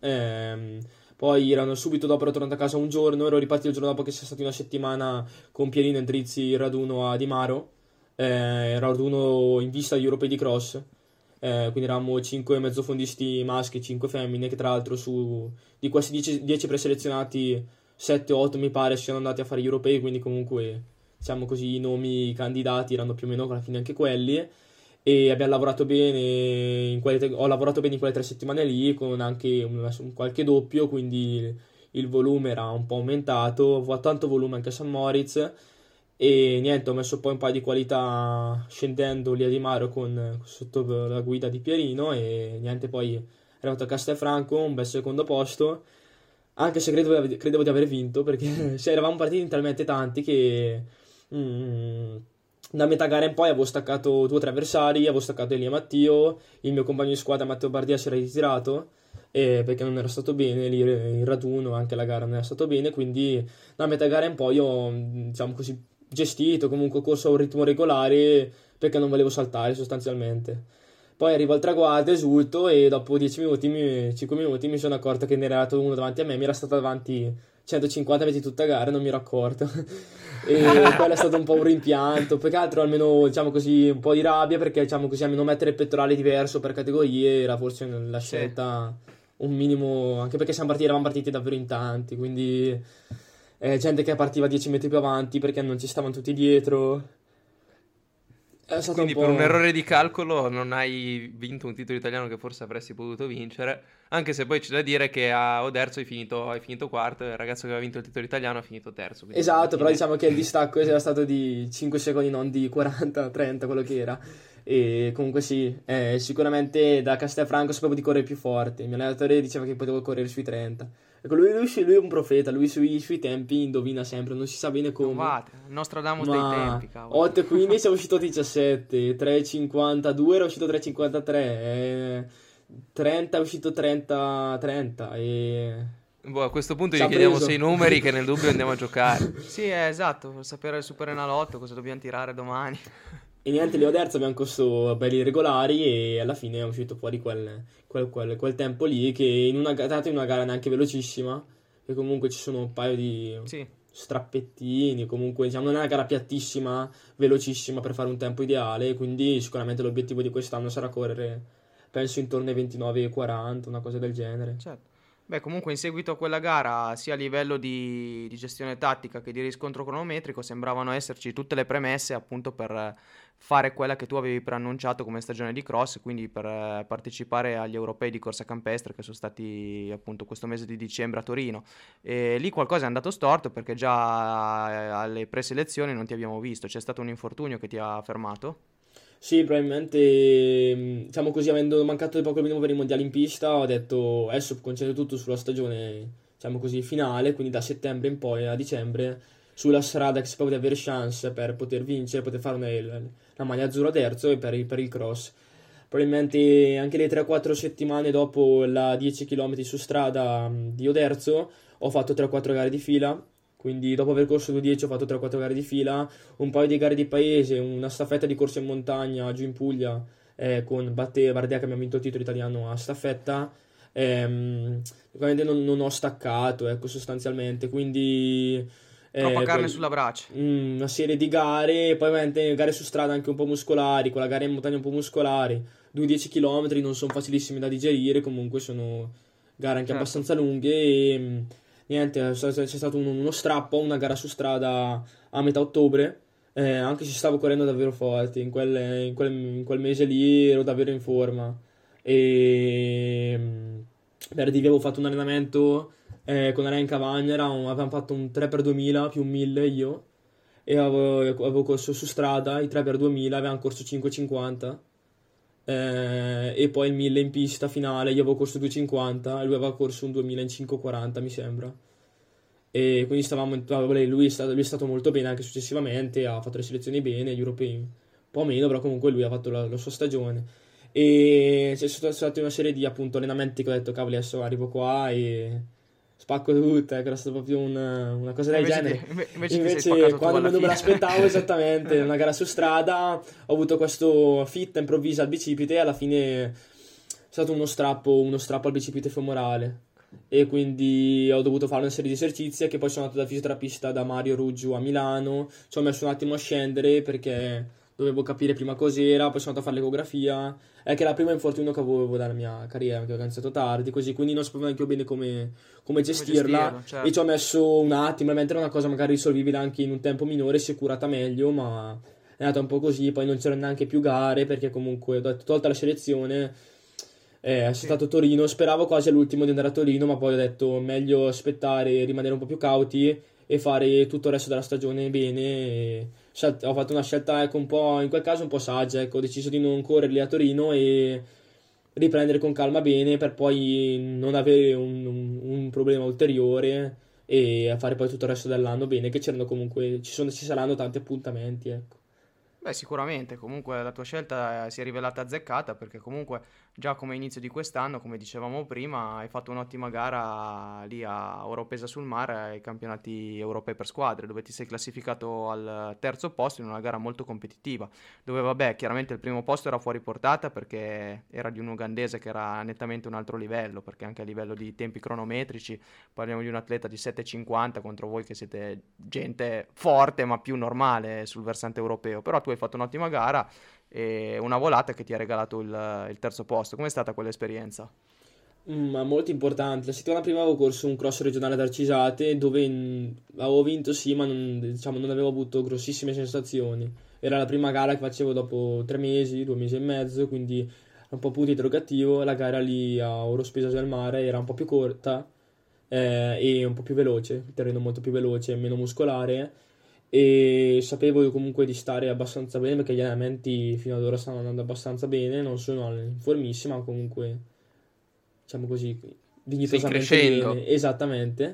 Speaker 3: Ehm, poi erano subito dopo, ero tornato a casa un giorno, ero ripartito il giorno dopo che sia stata una settimana con Pierino e Drizzi il raduno a Di Maro, eh, raduno in vista agli europei di cross. Eh, quindi eravamo cinque mezzofondisti maschi e cinque femmine, che tra l'altro su di questi dieci preselezionati sette o otto mi pare siano andati a fare gli europei, quindi comunque diciamo così i nomi candidati erano più o meno alla fine anche quelli, e abbiamo lavorato bene in quelle tre- ho lavorato bene in quelle tre settimane lì con anche un, un qualche doppio, quindi il volume era un po' aumentato, ho fatto tanto volume anche a San Moritz. E niente, ho messo poi un paio di qualità scendendo lì a Di Maro con, sotto la guida di Pierino, e niente, poi è arrivato a Castelfranco, un bel secondo posto, anche se credo, credevo di aver vinto, perché cioè, eravamo partiti talmente tanti che mm, da metà gara in poi avevo staccato due o tre avversari, avevo staccato Elia Matteo, il mio compagno di squadra Matteo Bardia si era ritirato, eh, perché non era stato bene lì il raduno, anche la gara non era stato bene, quindi da metà gara in poi ho, diciamo così, gestito, comunque corso a un ritmo regolare perché non volevo saltare sostanzialmente. Poi arrivo al traguardo, esulto, e dopo dieci minuti, mi- cinque minuti mi sono accorto che ne era arrivato uno davanti a me, mi era stato davanti centocinquanta metri tutta gara, non mi ero accorto. E quello è stato un po' un rimpianto, più che altro almeno diciamo così un po' di rabbia, perché diciamo così almeno mettere il pettorale diverso per categorie era forse la scelta un minimo, anche perché siamo partiti, eravamo partiti davvero in tanti, quindi eh, gente che partiva dieci metri più avanti perché non ci stavano tutti dietro. È stato
Speaker 1: Quindi
Speaker 3: un
Speaker 1: per un
Speaker 3: po'...
Speaker 1: errore di calcolo non hai vinto un titolo italiano che forse avresti potuto vincere, anche se poi c'è da dire che a Oderzo hai finito, hai finito quarto e il ragazzo che aveva vinto il titolo italiano ha finito terzo. quindi alla
Speaker 3: Esatto, però
Speaker 1: fine-
Speaker 3: diciamo che il distacco era stato di cinque secondi, non di quaranta trenta, quello che era. E comunque sì, eh, sicuramente da Castelfranco sapevo di correre più forte. Il mio allenatore diceva che potevo correre sui trenta. Ecco, lui, lui, lui è un profeta, lui sui, sui tempi indovina sempre, non si sa bene come.
Speaker 2: Trovate, il Nostradamus dei
Speaker 3: Ma
Speaker 2: tempi, cavolo.
Speaker 3: otto e quindici è uscito diciassette, tre e cinquantadue era uscito tre e cinquantatré, eh, trenta è uscito trenta trenta e...
Speaker 1: Boh, a questo punto
Speaker 3: Ci
Speaker 1: gli
Speaker 3: ha
Speaker 1: chiediamo
Speaker 3: preso.
Speaker 1: sei numeri che nel dubbio andiamo a giocare.
Speaker 2: Sì, è esatto, per sapere il Super Enalotto, cosa dobbiamo tirare domani.
Speaker 3: E niente, Leo Derzo abbiamo corso belli regolari e alla fine è uscito fuori quel, quel, quel- quel tempo lì, che in una, tra l'altro in una gara neanche velocissima, che comunque ci sono un paio di
Speaker 2: Sì,
Speaker 3: strappettini, comunque diciamo non è una gara piattissima, velocissima per fare un tempo ideale, quindi sicuramente l'obiettivo di quest'anno sarà correre, penso intorno ai ventinove e quaranta, una cosa del genere.
Speaker 2: certo. Beh, comunque in seguito a quella gara, sia a livello di, di gestione tattica che di riscontro cronometrico, sembravano esserci tutte le premesse appunto per eh, fare quella che tu avevi preannunciato come stagione di cross, quindi per eh, partecipare agli europei di corsa campestre che sono stati appunto questo mese di dicembre a Torino. E lì qualcosa è andato storto perché già eh, alle preselezioni non ti abbiamo visto, c'è stato un infortunio che ti ha fermato?
Speaker 3: Sì, probabilmente, mh, diciamo così, avendo mancato di poco il minimo per i mondiali in pista, ho detto adesso concentro tutto sulla stagione, diciamo così, finale, quindi da settembre in poi a dicembre, sulla strada che sapevo di avere chance per poter vincere, poter fare una- la maglia azzurra a terzo e per il, per il cross. Probabilmente anche le tre o quattro settimane dopo la dieci chilometri su strada mh, di Oderzo ho fatto tre o quattro gare di fila, quindi dopo aver corso due dieci ho fatto tre o quattro gare di fila, un paio di gare di paese, una staffetta di corsa in montagna giù in Puglia eh, con Batte e Bardea che abbiamo vinto il titolo italiano a staffetta. Ehm, sicuramente non, non ho staccato, ecco, sostanzialmente, quindi
Speaker 2: Troppa
Speaker 3: eh,
Speaker 2: carne
Speaker 3: quel-
Speaker 2: sulla brace.
Speaker 3: mm, una serie di gare, poi ovviamente gare su strada anche un po' muscolari, quella gara in montagna un po' muscolari, due dieci chilometri non sono facilissimi da digerire, comunque sono gare anche
Speaker 2: Certo.
Speaker 3: abbastanza lunghe e mm, niente, c'è stato un- uno strappo, una gara su strada a metà ottobre, eh, anche se stavo correndo davvero forte, in quel, in quel- in quel mese lì ero davvero in forma e mm, per D V avevo fatto un allenamento eh, con Alain Cavagna, era un- avevamo fatto un tre per duemila più un mille io e avevo, avevo corso su strada i tre per duemila, avevamo corso cinque e cinquanta eh, e poi il mille in pista finale io avevo corso due e cinquanta e lui aveva corso un duemila in cinque e quaranta mi sembra, e quindi stavamo in- ah, vabbè, lui è stato, lui è stato molto bene anche successivamente, ha fatto le selezioni bene, gli europei un po' meno, però comunque lui ha fatto la, la sua stagione e c'è stata stata una serie di appunto allenamenti che ho detto cavoli adesso arrivo qua e spacco tutto, ecco, era stata proprio una, una cosa del
Speaker 2: Invece,
Speaker 3: genere.
Speaker 2: ti, inve- invece ti sei
Speaker 3: Invece
Speaker 2: spaccato tu
Speaker 3: quando
Speaker 2: alla
Speaker 3: non me
Speaker 2: fine.
Speaker 3: l'aspettavo esattamente, una gara su strada, ho avuto questo fitta improvvisa al bicipite e alla fine è stato uno strappo, uno strappo al bicipite femorale. e quindi ho dovuto fare una serie di esercizi che poi sono andato dal fisioterapista da Mario Ruggio a Milano, ci ho messo un attimo a scendere perché dovevo capire prima cos'era, poi sono andato a fare l'ecografia, è che era il primo infortunio che avevo dalla mia carriera, che ho iniziato tardi, così, quindi non sapevo neanche io bene come, come
Speaker 2: Come
Speaker 3: gestirla
Speaker 2: gestirlo,
Speaker 3: e
Speaker 2: certo.
Speaker 3: ci ho messo un attimo, mentre era una cosa magari risolvibile anche in un tempo minore, si è curata meglio, ma è andata un po' così, poi non c'erano neanche più gare perché comunque ho detto, tolta la selezione eh, è
Speaker 2: Sì.
Speaker 3: stato Torino, speravo quasi all'ultimo di andare a Torino, ma poi ho detto meglio aspettare e rimanere un po' più cauti e fare tutto il resto della stagione bene. E scelt- ho fatto una scelta, ecco, un po', in quel caso un po' saggia, ecco, ho deciso di non correre lì a Torino e riprendere con calma bene per poi non avere un, un- un problema ulteriore e fare poi tutto il resto dell'anno bene, che c'erano comunque, ci sono, ci saranno tanti appuntamenti, ecco.
Speaker 2: Beh, sicuramente, comunque la tua scelta eh, si è rivelata azzeccata perché comunque già come inizio di quest'anno, come dicevamo prima, hai fatto un'ottima gara lì a Oropesa sul Mare ai campionati europei per squadre, dove ti sei classificato al terzo posto in una gara molto competitiva, dove vabbè, chiaramente il primo posto era fuori portata perché era di un ugandese che era nettamente un altro livello, perché anche a livello di tempi cronometrici parliamo di un atleta di sette e cinquanta contro voi che siete gente forte ma più normale sul versante europeo. Però tu hai fatto un'ottima gara e una volata che ti ha regalato il, il terzo posto. Com'è stata quell'esperienza?
Speaker 3: Mm, Ma molto importante. La settimana prima avevo corso un cross regionale ad Arcisate dove mm, avevo vinto sì, ma non, diciamo, non avevo avuto grossissime sensazioni. Era la prima gara che facevo dopo tre mesi, due mesi e mezzo, quindi era un po' punto interrogativo. La gara lì a Orospesa del Mare era un po' più corta eh, e un po' più veloce, il terreno molto più veloce, meno muscolare e sapevo io comunque di stare abbastanza bene perché gli allenamenti fino ad ora stanno andando abbastanza bene, non sono in formissima, ma comunque diciamo così,
Speaker 1: Stai
Speaker 3: dignitosamente
Speaker 1: crescendo.
Speaker 3: bene, esattamente.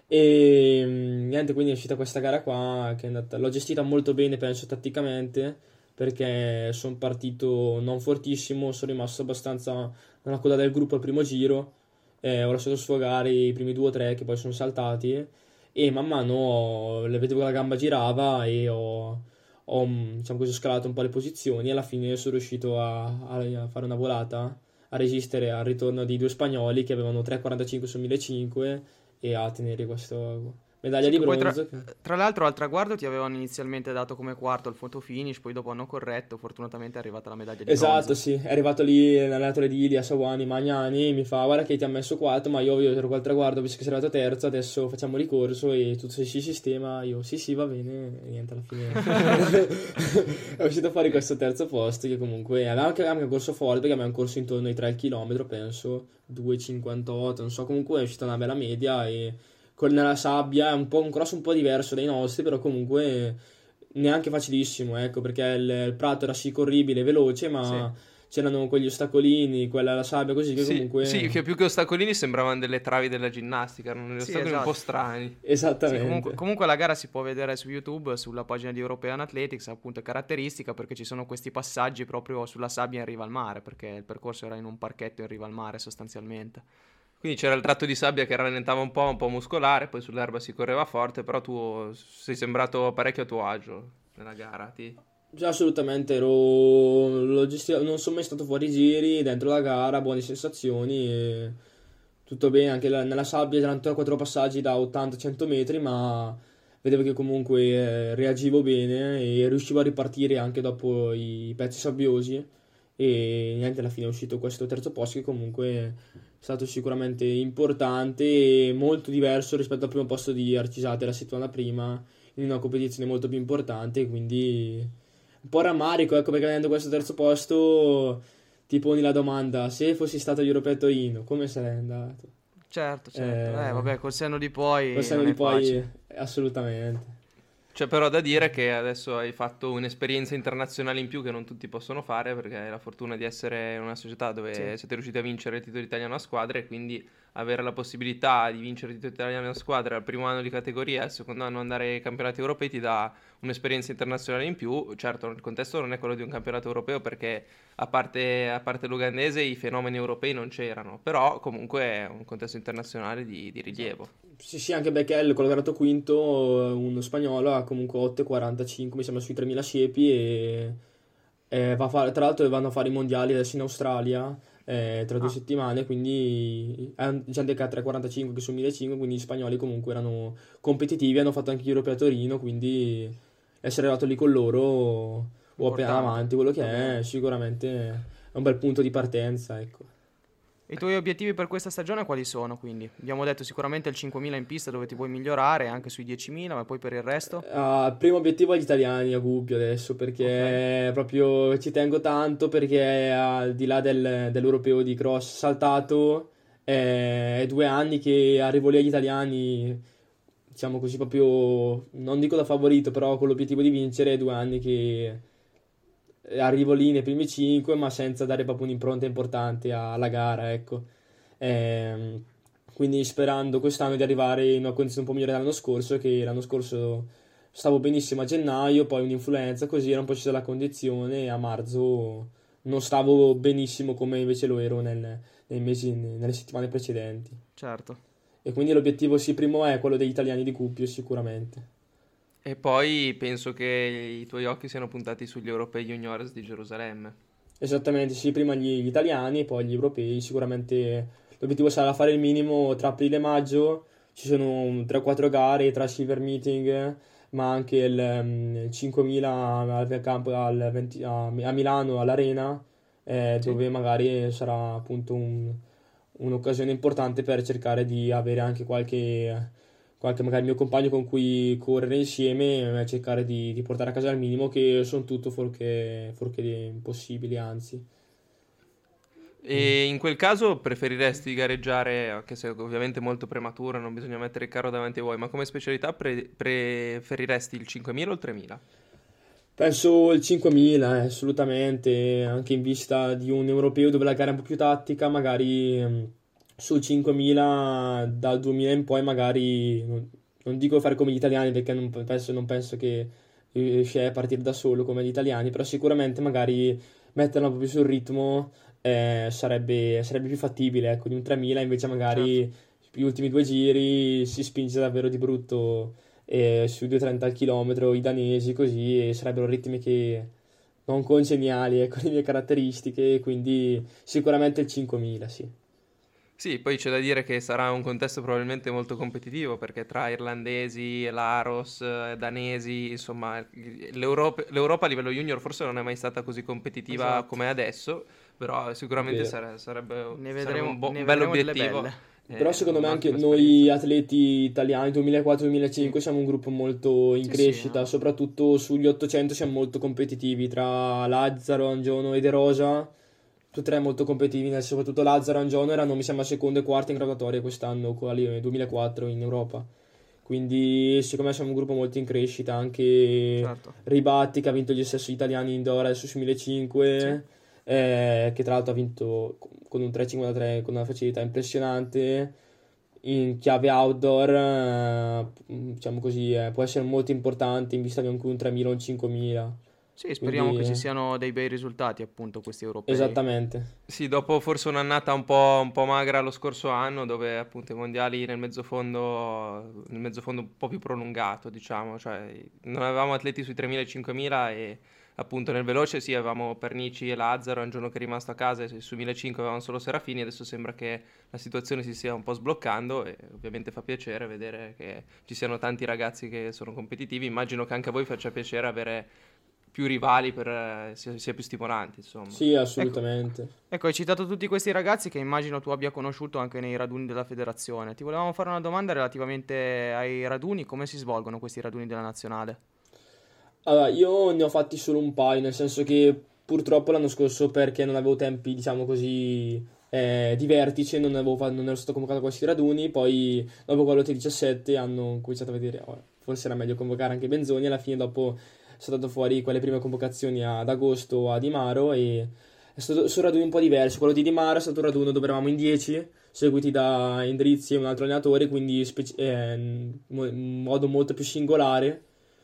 Speaker 3: E mm, niente, quindi è uscita questa gara qua che è andata, l'ho gestita molto bene, penso tatticamente, perché sono partito non fortissimo, sono rimasto abbastanza nella coda del gruppo al primo giro, eh, ho lasciato sfogare i primi due o tre che poi sono saltati e man mano ho- le vedevo che la gamba girava e ho, ho, mm, diciamo così, scalato un po' le posizioni e alla fine sono riuscito a, a- a fare una volata a resistere al ritorno di due spagnoli che avevano tre virgola quarantacinque su millecinquecento e a ottenere questa medaglia
Speaker 2: Sì,
Speaker 3: di
Speaker 2: che poi tra,
Speaker 3: bronzo. che-
Speaker 2: tra l'altro al traguardo ti avevano inizialmente dato come quarto al photo finish, poi dopo hanno corretto, fortunatamente è arrivata la medaglia di
Speaker 3: Esatto,
Speaker 2: bronzo.
Speaker 3: sì, è arrivato lì l'allenatore di Ilia, Sawani, Magnani, mi fa guarda che ti ha messo quarto, ma io, io ero qua al traguardo, visto che sei arrivato terzo, adesso facciamo ricorso e tutto si si sistema, io sì sì va bene, e niente alla fine è uscito fuori questo terzo posto che comunque aveva anche, aveva anche un corso forte perché aveva un corso intorno ai tre al chilometro penso, due virgola cinquantotto, non so, comunque è uscita una bella media e con nella sabbia è un po' un cross un po' diverso dai nostri, però comunque neanche facilissimo, ecco, perché il, il prato era sì corribile, veloce,
Speaker 2: Sì.
Speaker 3: ma c'erano quegli ostacolini, quella la sabbia così che
Speaker 1: Sì, sì,
Speaker 3: comunque
Speaker 1: che più che ostacolini sembravano delle travi della ginnastica, erano degli
Speaker 2: Sì,
Speaker 1: ostacoli un po'
Speaker 2: esatto.
Speaker 1: strani.
Speaker 2: Sì, comunque,
Speaker 3: esattamente.
Speaker 2: comunque la gara si può vedere su YouTube, sulla pagina di European Athletics, appunto è caratteristica perché ci sono questi passaggi proprio sulla sabbia in riva al mare, perché il percorso era in un parchetto in riva al mare sostanzialmente.
Speaker 1: Quindi c'era il tratto di sabbia che rallentava un po', un po' muscolare, poi sull'erba si correva forte, però tu sei sembrato parecchio a tuo agio nella gara. Ti...
Speaker 3: Già assolutamente ero l'ho gestito- non sono mai stato fuori giri, dentro la gara, buone sensazioni e tutto bene, anche la- nella sabbia c'erano tre o quattro passaggi da ottanta cento metri, ma vedevo che comunque eh, reagivo bene e riuscivo a ripartire anche dopo i pezzi sabbiosi e niente, alla fine è uscito questo terzo posto che comunque è stato sicuramente importante e molto diverso rispetto al primo posto di Arcisate la settimana prima in una competizione molto più importante, quindi un po' rammarico, ecco perché avendo questo terzo posto ti poni la domanda, se fossi stato agli Europei a Torino, come sarei andato?
Speaker 2: Certo, certo. Eh,
Speaker 3: Eh,
Speaker 2: vabbè, col senno di
Speaker 3: col
Speaker 2: poi
Speaker 3: senno
Speaker 2: non
Speaker 3: di
Speaker 2: è
Speaker 3: poi,
Speaker 2: facile.
Speaker 3: assolutamente.
Speaker 1: C'è però da dire che adesso hai fatto un'esperienza internazionale in più che non tutti possono fare perché hai la fortuna di essere in una società
Speaker 2: Sì.
Speaker 1: dove siete riusciti a vincere il titolo italiano a squadre e quindi avere la possibilità di vincere il titolo italiano a squadre al primo anno di categoria e al secondo anno andare ai campionati europei ti dà un'esperienza internazionale in più. Certo, il contesto non è quello di un campionato europeo perché a parte, a parte l'ugandese i fenomeni europei non c'erano, però comunque è un contesto internazionale di, di rilievo.
Speaker 3: Sì, sì, anche Beckel, colorato quinto, eh, uno spagnolo, ha comunque otto virgola quarantacinque, mi sembra sui tremila siepi e eh, va a fare, tra l'altro vanno a fare i mondiali adesso in Australia, eh, tra due
Speaker 2: Ah,
Speaker 3: settimane, quindi hanno già andata tre quarantacinque che su millecinquecento, quindi gli spagnoli comunque erano competitivi, hanno fatto anche gli europei a Torino, quindi essere arrivato lì con loro o appena
Speaker 2: importante,
Speaker 3: davanti, quello
Speaker 2: va
Speaker 3: che è,
Speaker 2: bene.
Speaker 3: sicuramente è un bel punto di partenza, ecco.
Speaker 2: I tuoi obiettivi per questa stagione quali sono, quindi? Abbiamo detto sicuramente il cinquemila in pista dove ti vuoi migliorare, anche sui diecimila, ma poi per il resto?
Speaker 3: Ah, primo obiettivo agli italiani a Gubbio adesso
Speaker 2: Ok,
Speaker 3: perché proprio ci tengo tanto perché al di là del- dell'europeo di cross saltato eh, è due anni che arrivo lì agli italiani, diciamo così proprio, non dico da favorito, però con l'obiettivo di vincere, è due anni che arrivo lì nei primi cinque ma senza dare proprio un'impronta importante alla gara, ecco. Ehm, quindi sperando quest'anno di arrivare in una condizione un po' migliore dell'anno scorso, che l'anno scorso stavo benissimo a gennaio, poi un'influenza così era un po' scesa la condizione e a marzo non stavo benissimo come invece lo ero nel- nei mesi, nelle settimane precedenti.
Speaker 2: certo.
Speaker 3: E quindi l'obiettivo sì, primo è quello degli italiani di Cupio sicuramente.
Speaker 1: E poi penso che i tuoi occhi siano puntati sugli europei juniors di Gerusalemme.
Speaker 3: Esattamente, sì, prima gli, gli italiani, poi gli europei, sicuramente l'obiettivo sarà fare il minimo tra aprile e maggio, ci sono tre o quattro gare tra silver meeting, ma anche il, ehm, il cinquemila al campo al venti a, a Milano all'Arena, eh,
Speaker 2: Sì?
Speaker 3: dove magari sarà appunto un- un'occasione importante per cercare di avere anche qualche, qualche magari mio compagno con cui correre insieme e cercare di, di portare a casa il minimo, che sono tutto fuorché, fuorché impossibili, anzi. Mm.
Speaker 1: E in quel caso preferiresti gareggiare, anche se ovviamente è molto prematuro, non bisogna mettere il carro davanti a voi, ma come specialità pre- preferiresti il cinquemila o il tremila?
Speaker 3: Penso il cinquemila, eh, assolutamente, anche in vista di un europeo dove la gara è un po' più tattica, magari mm, sul cinquemila dal duemila in poi magari, non, non dico fare come gli italiani perché non penso, non penso che riesce a partire da solo come gli italiani, però sicuramente magari metterla un po' più sul ritmo eh, sarebbe, sarebbe più fattibile, ecco, di un tremila invece
Speaker 2: Certo.
Speaker 3: magari gli ultimi due giri si spinge davvero di brutto e sui due trenta al chilometro i danesi così e sarebbero ritmi che non congeniali eh, con le mie caratteristiche, quindi sicuramente il cinquemila, sì.
Speaker 1: Sì, poi c'è da dire che sarà un contesto probabilmente molto competitivo perché tra irlandesi, Laros, eh, danesi, insomma, l'Europa, l'Europa a livello junior forse non è mai stata così competitiva
Speaker 2: Esatto.
Speaker 1: come è adesso, però
Speaker 3: È
Speaker 1: sicuramente
Speaker 3: vero.
Speaker 1: sare- sarebbe,
Speaker 2: Ne
Speaker 1: sarebbe un,
Speaker 2: vedremo,
Speaker 1: bo-
Speaker 2: ne
Speaker 1: un
Speaker 2: vedremo delle
Speaker 1: bell'obiettivo
Speaker 2: belle.
Speaker 3: Però
Speaker 1: e
Speaker 3: secondo me anche
Speaker 1: un'ottima
Speaker 3: noi
Speaker 1: esperienza.
Speaker 3: atleti italiani
Speaker 2: Sì,
Speaker 3: duemilaquattro-duemilacinque siamo un gruppo molto in
Speaker 2: sì, sì.
Speaker 3: crescita,
Speaker 2: No.
Speaker 3: soprattutto sugli ottocento siamo molto competitivi tra Lazzaro, Angiono e De Rosa, tutti e tre molto competitivi, nel- soprattutto Lazzaro e Angiono erano mi sembra secondo e quarto in graduatoria quest'anno, quali duemilaquattro in Europa. Quindi secondo me siamo un gruppo molto in crescita, anche
Speaker 2: Certo.
Speaker 3: Ribatti che ha vinto gli stessi italiani indoor adesso su
Speaker 2: Sì.
Speaker 3: millecinquecento, eh, che tra l'altro ha vinto con un tre cinquantatré con una facilità impressionante in chiave outdoor, eh, diciamo così, eh, può essere molto importante in vista di anche un tremila o un cinquemila.
Speaker 2: Sì, speriamo
Speaker 3: Quindi,
Speaker 2: che ci
Speaker 3: eh,
Speaker 2: siano dei bei risultati, appunto, questi europei.
Speaker 3: esattamente.
Speaker 1: Sì, dopo forse un'annata un po', un po' magra lo scorso anno, dove appunto i mondiali nel mezzofondo, nel mezzofondo un po' più prolungato, diciamo, cioè non avevamo atleti sui tremila e cinquemila e appunto nel veloce sì, avevamo Pernici e Lazzaro, un giorno che è rimasto a casa e su millecinquecento avevamo solo Serafini, adesso sembra che la situazione si stia un po' sbloccando e ovviamente fa piacere vedere che ci siano tanti ragazzi che sono competitivi, immagino che anche a voi faccia piacere avere più rivali per, eh, sia, sia più stimolanti, insomma.
Speaker 3: Sì,
Speaker 2: Ecco,
Speaker 3: assolutamente.
Speaker 2: ecco, hai citato tutti questi ragazzi che immagino tu abbia conosciuto anche nei raduni della federazione. Ti volevamo fare una domanda relativamente ai raduni, come si svolgono questi raduni della nazionale?
Speaker 3: Allora, io ne ho fatti solo un paio, nel senso che purtroppo l'anno scorso, perché non avevo tempi, diciamo così, eh, di vertice, non avevo fa- non ero stato convocato a questi raduni, poi dopo quello T diciassette hanno cominciato a vedere, oh, forse era meglio convocare anche Benzoni, alla fine dopo sono andato fuori quelle prime convocazioni ad agosto a Di Maro e è stato, sono raduni un po' diversi, quello di Di Maro è stato un raduno dove eravamo in dieci, seguiti da Indrizzi e un altro allenatore, quindi speci- eh, in mo- in modo molto più singolare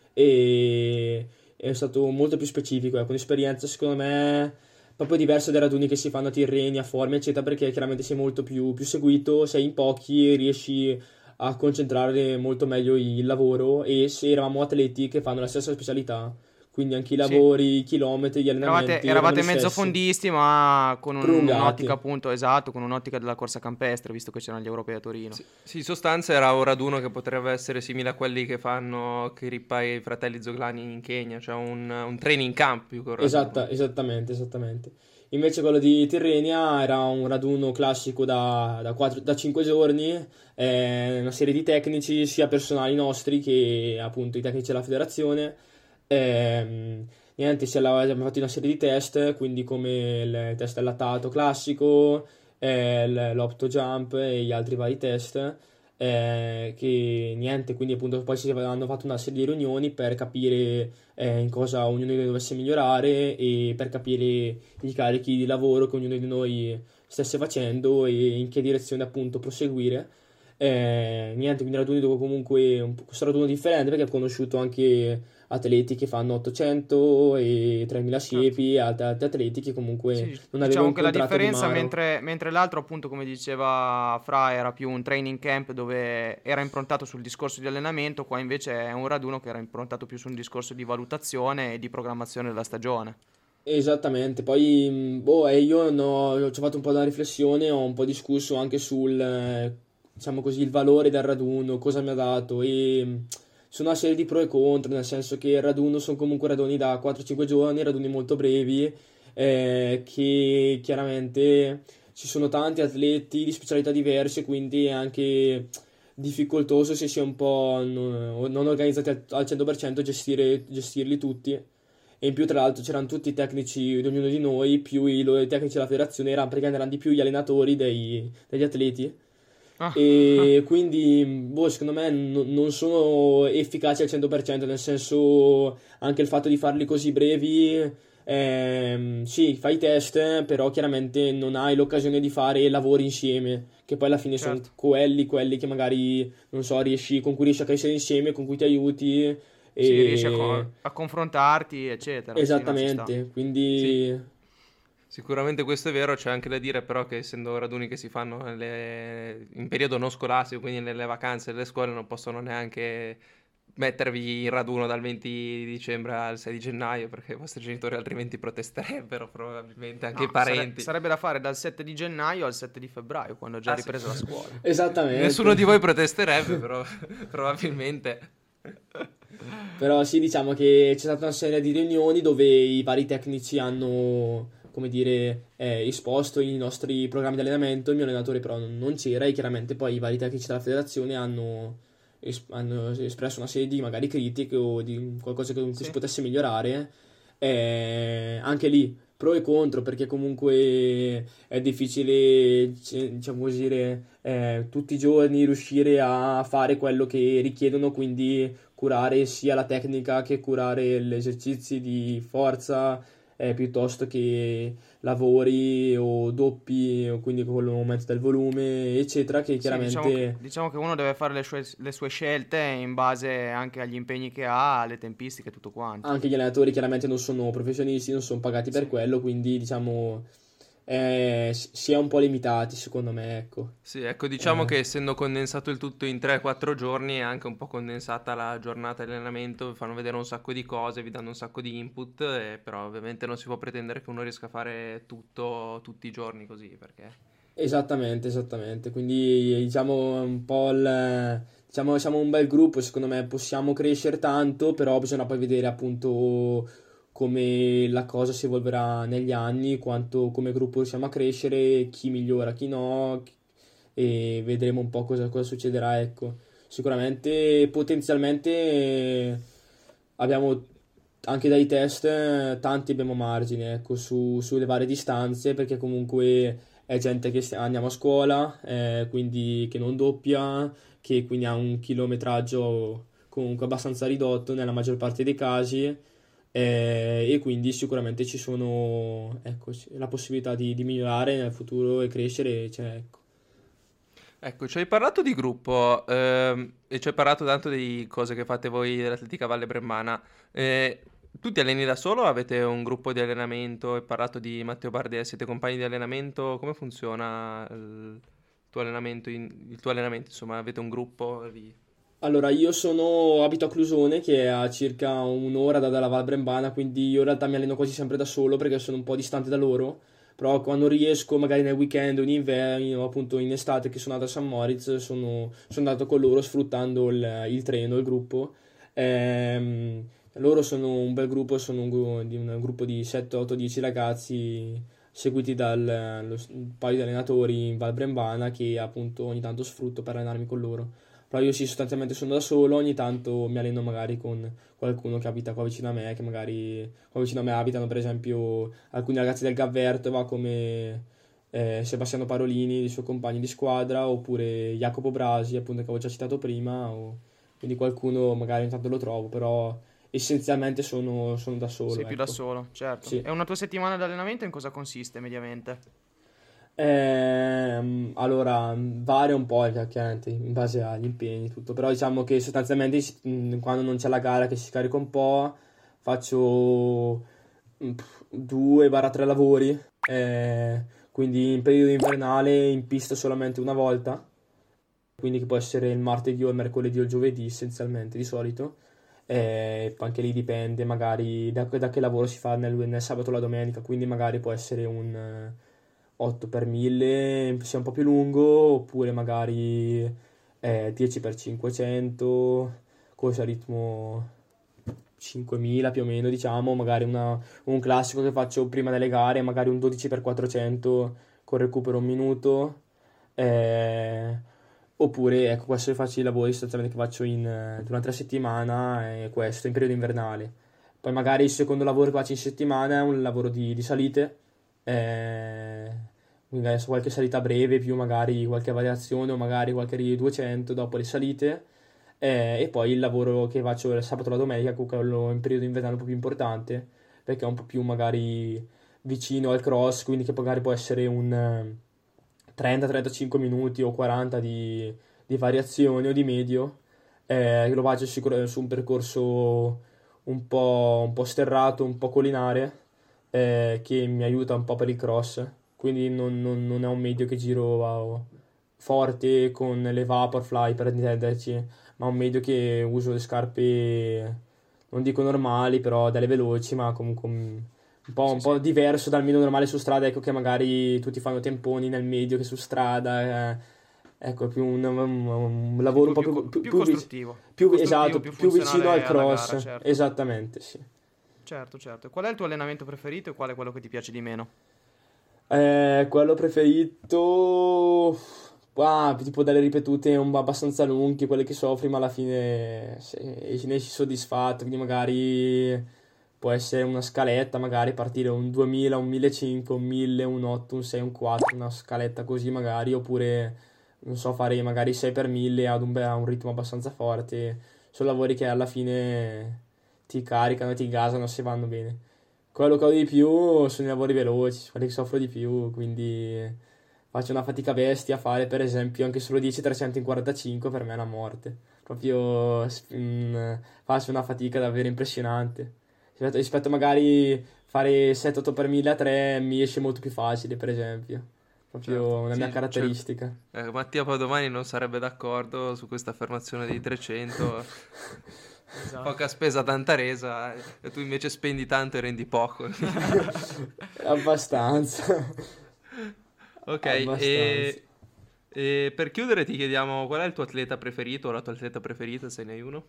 Speaker 3: e è stato molto più specifico, ecco, un'esperienza secondo me proprio diversa dai raduni che si fanno a Tirreni, a Formia, eccetera, perché chiaramente sei molto più, più seguito, sei in pochi e riesci a concentrare molto meglio il lavoro e se eravamo atleti che fanno la stessa specialità, quindi anche i
Speaker 2: Sì.
Speaker 3: lavori, i chilometri, gli allenamenti
Speaker 2: Eravate,
Speaker 3: erano
Speaker 2: eravate
Speaker 3: gli
Speaker 2: mezzo
Speaker 3: stessi,
Speaker 2: fondisti, ma con un-
Speaker 3: prolungati.
Speaker 2: un'ottica appunto, esatto, con un'ottica della corsa campestre, visto che c'erano gli europei a Torino.
Speaker 1: Sì, sì, in sostanza era un raduno che potrebbe essere simile a quelli che fanno Kirippa e i fratelli Zoglani in Kenya, cioè un, un training camp più che un raduno.
Speaker 3: Esatta, esattamente, esattamente. Invece quello di Tirrenia era un raduno classico da, da, quattro da cinque giorni, eh, una serie di tecnici, sia personali nostri che appunto i tecnici della federazione. Ehm, niente, ci alla- abbiamo fatto una serie di test, quindi come il test del lattato classico, eh, l- l'opto jump e gli altri vari test. eh, che niente, quindi appunto poi si hanno fatto una serie di riunioni per capire eh, in cosa ognuno di noi dovesse migliorare e per capire i carichi di lavoro che ognuno di noi stesse facendo e in che direzione appunto proseguire. Eh, niente, quindi raduni dove comunque un po' questo raduno differente perché ho conosciuto anche atleti che fanno ottocento e tremila
Speaker 2: Certo.
Speaker 3: siepi e altri, altri atleti che comunque
Speaker 2: Sì,
Speaker 3: non avevo
Speaker 2: diciamo che la
Speaker 3: incontrato di
Speaker 2: differenza,
Speaker 3: mano.
Speaker 2: mentre, mentre l'altro, appunto, come diceva Fra, era più un training camp dove era improntato sul discorso di allenamento, qua invece è un raduno che era improntato più su un discorso di valutazione e di programmazione della stagione.
Speaker 3: Esattamente, poi mh, boh, e io no, ci ho fatto un po' da riflessione, ho un po' discusso anche sul, eh, diciamo così, il valore del raduno, cosa mi ha dato e mh, sono una serie di pro e contro, nel senso che il raduno sono comunque raduni da quattro cinque giorni, raduni molto brevi, eh, che chiaramente ci sono tanti atleti di specialità diverse, quindi è anche difficoltoso se si è un po' non, non organizzati al, al cento per cento gestire, gestirli tutti. E in più, tra l'altro, c'erano tutti i tecnici di ognuno di noi, più i, lo- i tecnici della federazione, erano, perché erano di più gli allenatori dei- degli atleti.
Speaker 2: Ah,
Speaker 3: E quindi, boh, secondo me no- non sono efficaci al cento per cento, nel senso, anche il fatto di farli così brevi, ehm, sì, fai i test, però chiaramente non hai l'occasione di fare lavori insieme, che poi alla fine sono
Speaker 2: certo.
Speaker 3: quelli, quelli che magari, non so, riesci, con cui riesci a crescere insieme, con cui ti aiuti.
Speaker 2: Sì, riesci a,
Speaker 3: E
Speaker 2: co- a confrontarti, eccetera. Sì, no, ci sta.
Speaker 3: esattamente,
Speaker 1: Sì,
Speaker 3: quindi
Speaker 1: sicuramente questo è vero, c'è anche da dire però che essendo raduni che si fanno nelle- in periodo non scolastico, quindi nelle vacanze delle scuole, non possono neanche mettervi in raduno dal venti dicembre al sei di gennaio perché i vostri genitori altrimenti protesterebbero, probabilmente anche i
Speaker 2: No, sare-
Speaker 1: parenti.
Speaker 2: sarebbe da fare dal sette di gennaio al sette di febbraio, quando ho già
Speaker 1: Ah sì.
Speaker 2: ripreso la scuola.
Speaker 1: Nessuno
Speaker 3: esattamente.
Speaker 1: di voi protesterebbe, però probabilmente.
Speaker 3: Però sì, diciamo che c'è stata una serie di riunioni dove i vari tecnici hanno, come dire, eh, esposto i nostri programmi di allenamento, il mio allenatore però non non c'era e chiaramente poi i vari tecnici della federazione hanno, es- hanno espresso una serie di magari critiche o di qualcosa che, che si
Speaker 2: Sì.
Speaker 3: potesse migliorare. Eh, anche lì pro e contro perché comunque è difficile, c- diciamo così dire, eh, tutti i giorni riuscire a fare quello che richiedono, quindi curare sia la tecnica che curare gli esercizi di forza, eh, piuttosto che lavori o doppi, o quindi con l'aumento del volume, eccetera, che
Speaker 2: Sì, diciamo che,
Speaker 3: chiaramente
Speaker 2: diciamo che uno deve fare le sue, le sue scelte in base anche agli impegni che ha, alle tempistiche e tutto quanto.
Speaker 3: anche gli allenatori chiaramente non sono professionisti, non sono pagati per
Speaker 2: Sì.
Speaker 3: quello, quindi diciamo eh, si si è un po' limitati, secondo me, ecco.
Speaker 1: Sì, ecco, diciamo
Speaker 3: Eh,
Speaker 1: che essendo condensato il tutto in tre quattro giorni è anche un po' condensata la giornata di allenamento, vi fanno vedere un sacco di cose, vi danno un sacco di input, e però ovviamente non si può pretendere che uno riesca a fare tutto tutti i giorni così, perché...
Speaker 3: Esattamente, esattamente. Quindi diciamo un po' il, diciamo siamo un bel gruppo, secondo me possiamo crescere tanto, però bisogna poi vedere appunto come la cosa si evolverà negli anni, quanto come gruppo riusciamo a crescere, chi migliora, chi no, e vedremo un po' cosa, cosa succederà, ecco. Sicuramente potenzialmente eh, abbiamo anche dai test eh, tanti abbiamo margini, ecco, su, sulle varie distanze, perché comunque è gente che st- andiamo a scuola, eh, quindi che non doppia, che quindi ha un chilometraggio comunque abbastanza ridotto nella maggior parte dei casi, eh, e quindi sicuramente ci sono, ecco, sì, la possibilità di, di migliorare nel futuro e crescere, cioè, ecco.
Speaker 1: Ecco, ci hai parlato di gruppo ehm, e ci hai parlato tanto di cose che fate voi dell'Atletica Valle Brembana. Eh, tu ti alleni da solo o avete un gruppo di allenamento? Hai parlato di Matteo Bardet, siete compagni di allenamento? Come funziona il tuo allenamento? in- il tuo allenamento, insomma, avete un gruppo? Vi-
Speaker 3: Allora, io sono, abito a Clusone, che è a circa un'ora da- dalla Val Brembana, quindi io in realtà mi alleno quasi sempre da solo perché sono un po' distante da loro, però quando riesco, magari nel weekend o in inverno, o appunto in estate che sono andato a San Moritz, sono, sono andato con loro sfruttando il, il treno, il gruppo. Ehm, loro sono un bel gruppo, sono un, gru- di un gruppo di sette, otto, dieci ragazzi seguiti dal lo- un paio di allenatori in Val Brembana che appunto ogni tanto sfrutto per allenarmi con loro. Però io sì, sostanzialmente sono da solo, ogni tanto mi alleno magari con qualcuno che abita qua vicino a me, che magari qua vicino a me abitano per esempio alcuni ragazzi del Gavvertova come eh, Sebastiano Parolini, i suoi compagni di squadra, oppure Jacopo Brasi, appunto che avevo già citato prima, o- quindi qualcuno magari ogni tanto lo trovo, però essenzialmente sono, sono da
Speaker 2: Sei
Speaker 3: solo,
Speaker 2: più da
Speaker 3: ecco.
Speaker 2: solo, certo.
Speaker 3: Sì.
Speaker 2: E una tua settimana di allenamento in cosa consiste mediamente?
Speaker 3: Ehm, allora, varia un po', eh, chiaramente, in base agli impegni, tutto, però diciamo che sostanzialmente si- mh, quando non c'è la gara che si carica un po', faccio mh, due tre lavori, eh, quindi in periodo invernale in pista solamente una volta, quindi che può essere il martedì o il mercoledì o il giovedì essenzialmente di solito. E poi anche lì dipende magari da, da che lavoro si fa nel, nel sabato o la domenica, quindi magari può essere un eh, otto per mille, sia un po' più lungo, oppure magari eh, dieci per cinquecento, cosa a ritmo cinquemila più o meno, diciamo, magari una- un classico che faccio prima delle gare, magari un dodici per quattrocento con recupero un minuto. eh, Oppure, ecco, questo faccio i lavori sostanzialmente che faccio in, eh, durante la settimana, e questo in periodo invernale. Poi magari il secondo lavoro che faccio in settimana è un lavoro di, di salite, eh, quindi adesso qualche salita breve, più magari qualche variazione o magari qualche riga di duecento dopo le salite. Eh, e poi il lavoro che faccio il sabato e la domenica, con quello in periodo invernale un po' più importante, perché è un po' più magari vicino al cross, quindi che magari può essere un eh, trenta trentacinque minuti o quaranta di, di variazione o di medio. Eh, lo faccio sicuramente su un percorso un po', un po' sterrato, un po' collinare, eh, che mi aiuta un po' per il cross. Quindi non, non- non è un medio che giro wow, forte con le Vaporfly per intenderci, ma un medio che uso le scarpe, non dico normali, però delle veloci, ma comunque un, un po',
Speaker 2: Sì,
Speaker 3: un po'
Speaker 2: sì.
Speaker 3: diverso dal medio normale su strada, ecco che magari tutti fanno temponi nel medio che su strada, eh, ecco, è più un, un- un
Speaker 2: Sì,
Speaker 3: lavoro un
Speaker 2: più,
Speaker 3: po'
Speaker 2: più
Speaker 3: più,
Speaker 2: co-
Speaker 3: più,
Speaker 2: più
Speaker 3: più vic-
Speaker 2: costruttivo. Più
Speaker 3: più-
Speaker 2: costruttivo,
Speaker 3: esatto,
Speaker 2: più
Speaker 3: più vicino al
Speaker 2: funzionale alla gara,
Speaker 3: cross,
Speaker 2: certo.
Speaker 3: esattamente, sì.
Speaker 2: Certo, certo. E qual è il tuo allenamento preferito e qual è quello che ti piace di meno?
Speaker 3: Eh, quello preferito, ah, tipo delle ripetute un- abbastanza lunghe, quelle che soffri, ma alla fine se- ne esci soddisfatto, quindi magari può essere una scaletta, magari partire un duemila, un millecinquecento, un mille, un otto, un sei, un quattro, una scaletta così magari, oppure non so, fare magari sei per mille ad un, be- a un ritmo abbastanza forte. Sono lavori che alla fine ti caricano, ti gasano se vanno bene. Quello che ho di più sono i lavori veloci, quelli che soffro di più, quindi faccio una fatica bestia a fare per esempio anche solo dieci trecento in quarantacinque per me è una morte. Proprio s- mm, faccio una fatica davvero impressionante. Rispetto, rispetto magari fare sette otto per mille a tre mi esce molto più facile, per esempio. Proprio
Speaker 1: Certo,
Speaker 3: una mia
Speaker 1: sì, certo.
Speaker 3: caratteristica.
Speaker 1: Eh, Mattia Padomani non sarebbe d'accordo su questa affermazione dei trecento.
Speaker 2: Esatto.
Speaker 1: Poca spesa, tanta resa, eh, e tu invece spendi tanto e rendi poco.
Speaker 3: Abbastanza.
Speaker 1: Ok,
Speaker 3: Abbastanza.
Speaker 1: e, e per chiudere ti chiediamo qual è il tuo atleta preferito o la tua atleta preferita, se ne hai uno?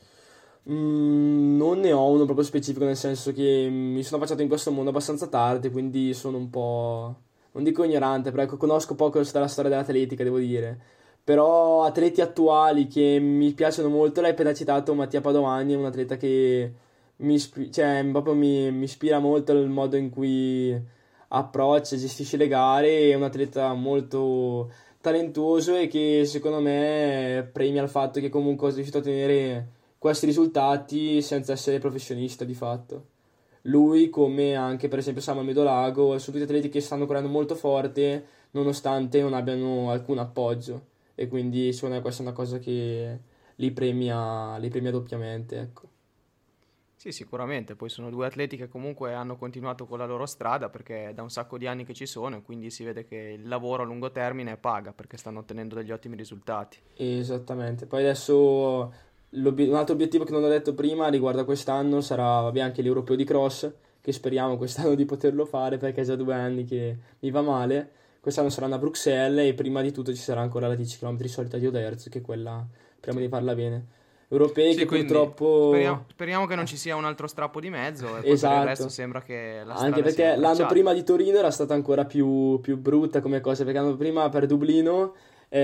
Speaker 3: Mm, non ne ho uno proprio specifico, nel senso che mi sono affacciato in questo mondo abbastanza tardi, quindi sono un po', non dico ignorante, però ecco, conosco poco della storia dell'atletica, devo dire. Però atleti attuali che mi piacciono molto, l'hai appena citato Mattia Padovani, è un atleta che mi, ispi- cioè, proprio mi, mi ispira molto il modo in cui approccia, gestisce le gare, è un atleta molto talentuoso e che secondo me premia il fatto che comunque è riuscito a ottenere questi risultati senza essere professionista di fatto. Lui, come anche per esempio Samuel Medolago, sono tutti atleti che stanno correndo molto forte nonostante non abbiano alcun appoggio. E quindi secondo me questa è una cosa che li premia, li premia doppiamente, ecco.
Speaker 2: Sì, sicuramente, poi sono due atleti che comunque hanno continuato con la loro strada perché è da un sacco di anni che ci sono e quindi si vede che il lavoro a lungo termine paga perché stanno ottenendo degli ottimi risultati.
Speaker 3: Esattamente. Poi adesso l'obi- un altro obiettivo che non ho detto prima riguardo a quest'anno sarà, vabbè, anche l'Europeo di cross, che speriamo quest'anno di poterlo fare perché è già due anni che mi va male. Quest'anno saranno a Bruxelles e prima di tutto ci sarà ancora la dieci chilometri solita di Oderzo, che quella speriamo di farla bene. Europei
Speaker 1: Sì,
Speaker 3: che
Speaker 1: quindi
Speaker 2: Speriamo,
Speaker 3: purtroppo...
Speaker 2: speriamo che non ci sia un altro strappo di mezzo e poi per il resto
Speaker 3: Esatto.
Speaker 2: sembra che la
Speaker 3: Anche
Speaker 2: strada sia
Speaker 3: perché l'anno
Speaker 2: tracciata.
Speaker 3: prima di Torino era stata ancora più, più brutta come cosa, perché l'anno prima per Dublino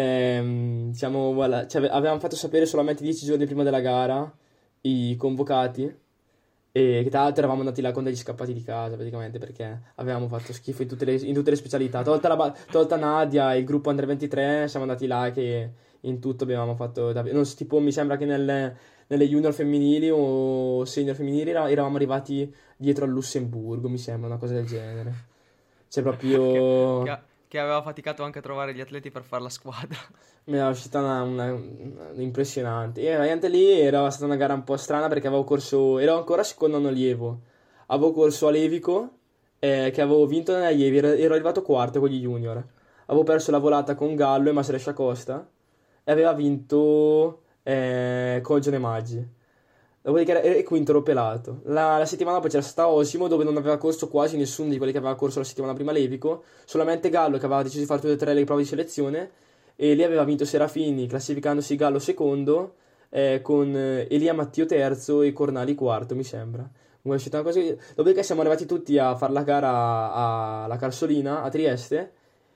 Speaker 3: ehm, diciamo, voilà, cioè, ave- avevamo fatto sapere solamente dieci giorni prima della gara i convocati e che tra l'altro eravamo andati là con degli scappati di casa praticamente perché avevamo fatto schifo in tutte le, in tutte le specialità. Tolta, la, ba- tolta Nadia e il gruppo Under ventitré, siamo andati là che in tutto abbiamo fatto davvero... Non so, tipo mi sembra che nelle, nelle junior femminili o senior femminili era- eravamo arrivati dietro al Lussemburgo, mi sembra, una cosa del genere. C'è
Speaker 2: che, che
Speaker 3: proprio...
Speaker 2: ha- che aveva faticato anche a trovare gli atleti per fare la squadra.
Speaker 3: Mi era uscita una, una- una- impressionante. E veramente lì era stata una gara un po' strana perché avevo corso, ero ancora secondo anno allievo. Avevo corso a Levico, eh, che avevo vinto nella allievi, ero, ero arrivato quarto con gli junior. Avevo perso la volata con Gallo e Maserescia Costa e aveva vinto eh, con Gione Maggi. Dopodiché era, e quinto ero pelato. La, la settimana dopo c'era stata Osimo dove non aveva corso quasi nessuno di quelli che aveva corso la settimana prima Levico, solamente Gallo che aveva deciso di fare tutte e tre le prove di selezione e lì aveva vinto Serafini classificandosi Gallo secondo eh, con eh, Elia Mattio terzo e Cornali quarto mi sembra. Comunque è uscita una cosa... Dopodiché siamo arrivati tutti a fare la gara a- alla Carsolina a Trieste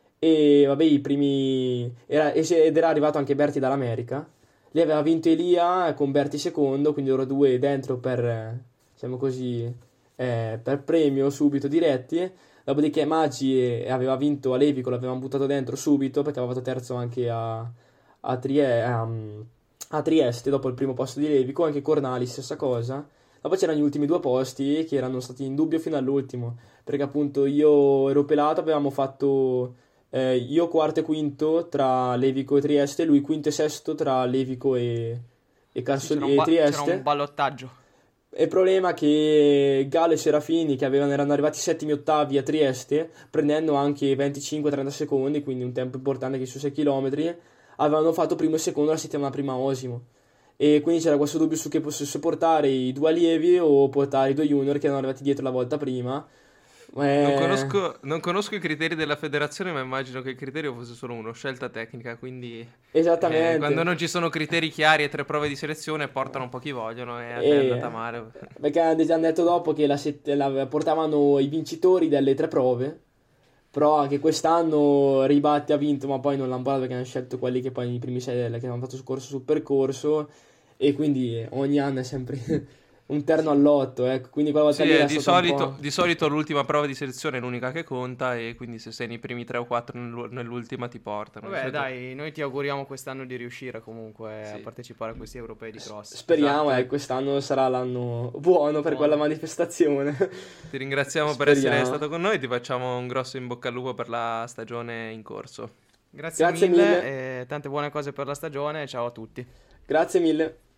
Speaker 3: e vabbè i primi... era- ed era arrivato anche Berti dall'America. Lei aveva vinto Elia con Berti secondo, quindi loro due dentro per, eh, diciamo così, eh, per premio subito diretti. Dopodiché Maggi eh, aveva vinto a Levico, l'avevamo buttato dentro subito perché aveva fatto terzo anche a, a, Trie- a, a Trieste dopo il primo posto di Levico, anche Cornali stessa cosa. Dopo c'erano gli ultimi due posti che erano stati in dubbio fino all'ultimo, perché appunto io ero pelato, avevamo fatto eh, io quarto e quinto tra Levico e Trieste, lui quinto e sesto tra Levico e, e,
Speaker 2: Sì,
Speaker 3: Carsoli-
Speaker 2: c'era un,
Speaker 3: e
Speaker 2: ba- c'era un
Speaker 3: Trieste.
Speaker 2: ballottaggio.
Speaker 3: E il problema è che Gallo e Serafini, che avevano, erano arrivati settimi e ottavi a Trieste, prendendo anche venticinque trenta secondi, quindi un tempo importante che su sei chilometri, avevano fatto primo e secondo la settimana prima a Osimo. E quindi c'era questo dubbio su che potesse portare i due allievi o portare i due junior che erano arrivati dietro la volta prima.
Speaker 1: Non
Speaker 3: Eh,
Speaker 1: conosco, non conosco i criteri della federazione, ma immagino che il criterio fosse solo uno, scelta tecnica, quindi eh, quando
Speaker 3: esattamente.
Speaker 1: non ci sono criteri chiari e tre prove di selezione portano un po' chi vogliono e a te è andata
Speaker 3: E,
Speaker 1: male.
Speaker 3: perché hanno già detto dopo che la set- la- portavano i vincitori delle tre prove, però anche quest'anno Ribatti ha vinto, ma poi non l'hanno parlato perché hanno scelto quelli che poi i primi sei che hanno fatto corso sul percorso e quindi ogni anno è sempre un terno all'otto, ecco, quindi quella volta
Speaker 1: Sì,
Speaker 3: lì
Speaker 1: eh,
Speaker 3: era
Speaker 1: di
Speaker 3: stata un
Speaker 1: solito,
Speaker 3: po'...
Speaker 1: di solito l'ultima prova di selezione è l'unica che conta e quindi se sei nei primi tre o quattro nell'u- nell'ultima ti portano. Di
Speaker 2: Vabbè,
Speaker 1: solito-
Speaker 2: dai, noi ti auguriamo quest'anno di riuscire comunque a
Speaker 1: Sì.
Speaker 2: partecipare a questi europei di cross.
Speaker 3: Speriamo,
Speaker 1: Esatto.
Speaker 3: eh, quest'anno sarà l'anno buono per
Speaker 2: Buono.
Speaker 3: quella manifestazione.
Speaker 1: Ti ringraziamo per essere
Speaker 3: Speriamo.
Speaker 1: stato con noi, ti facciamo un grosso in bocca al lupo per la stagione in corso.
Speaker 2: Grazie,
Speaker 3: Grazie
Speaker 2: mille,
Speaker 3: mille.
Speaker 2: e tante buone cose per la stagione. Ciao a tutti.
Speaker 3: Grazie mille.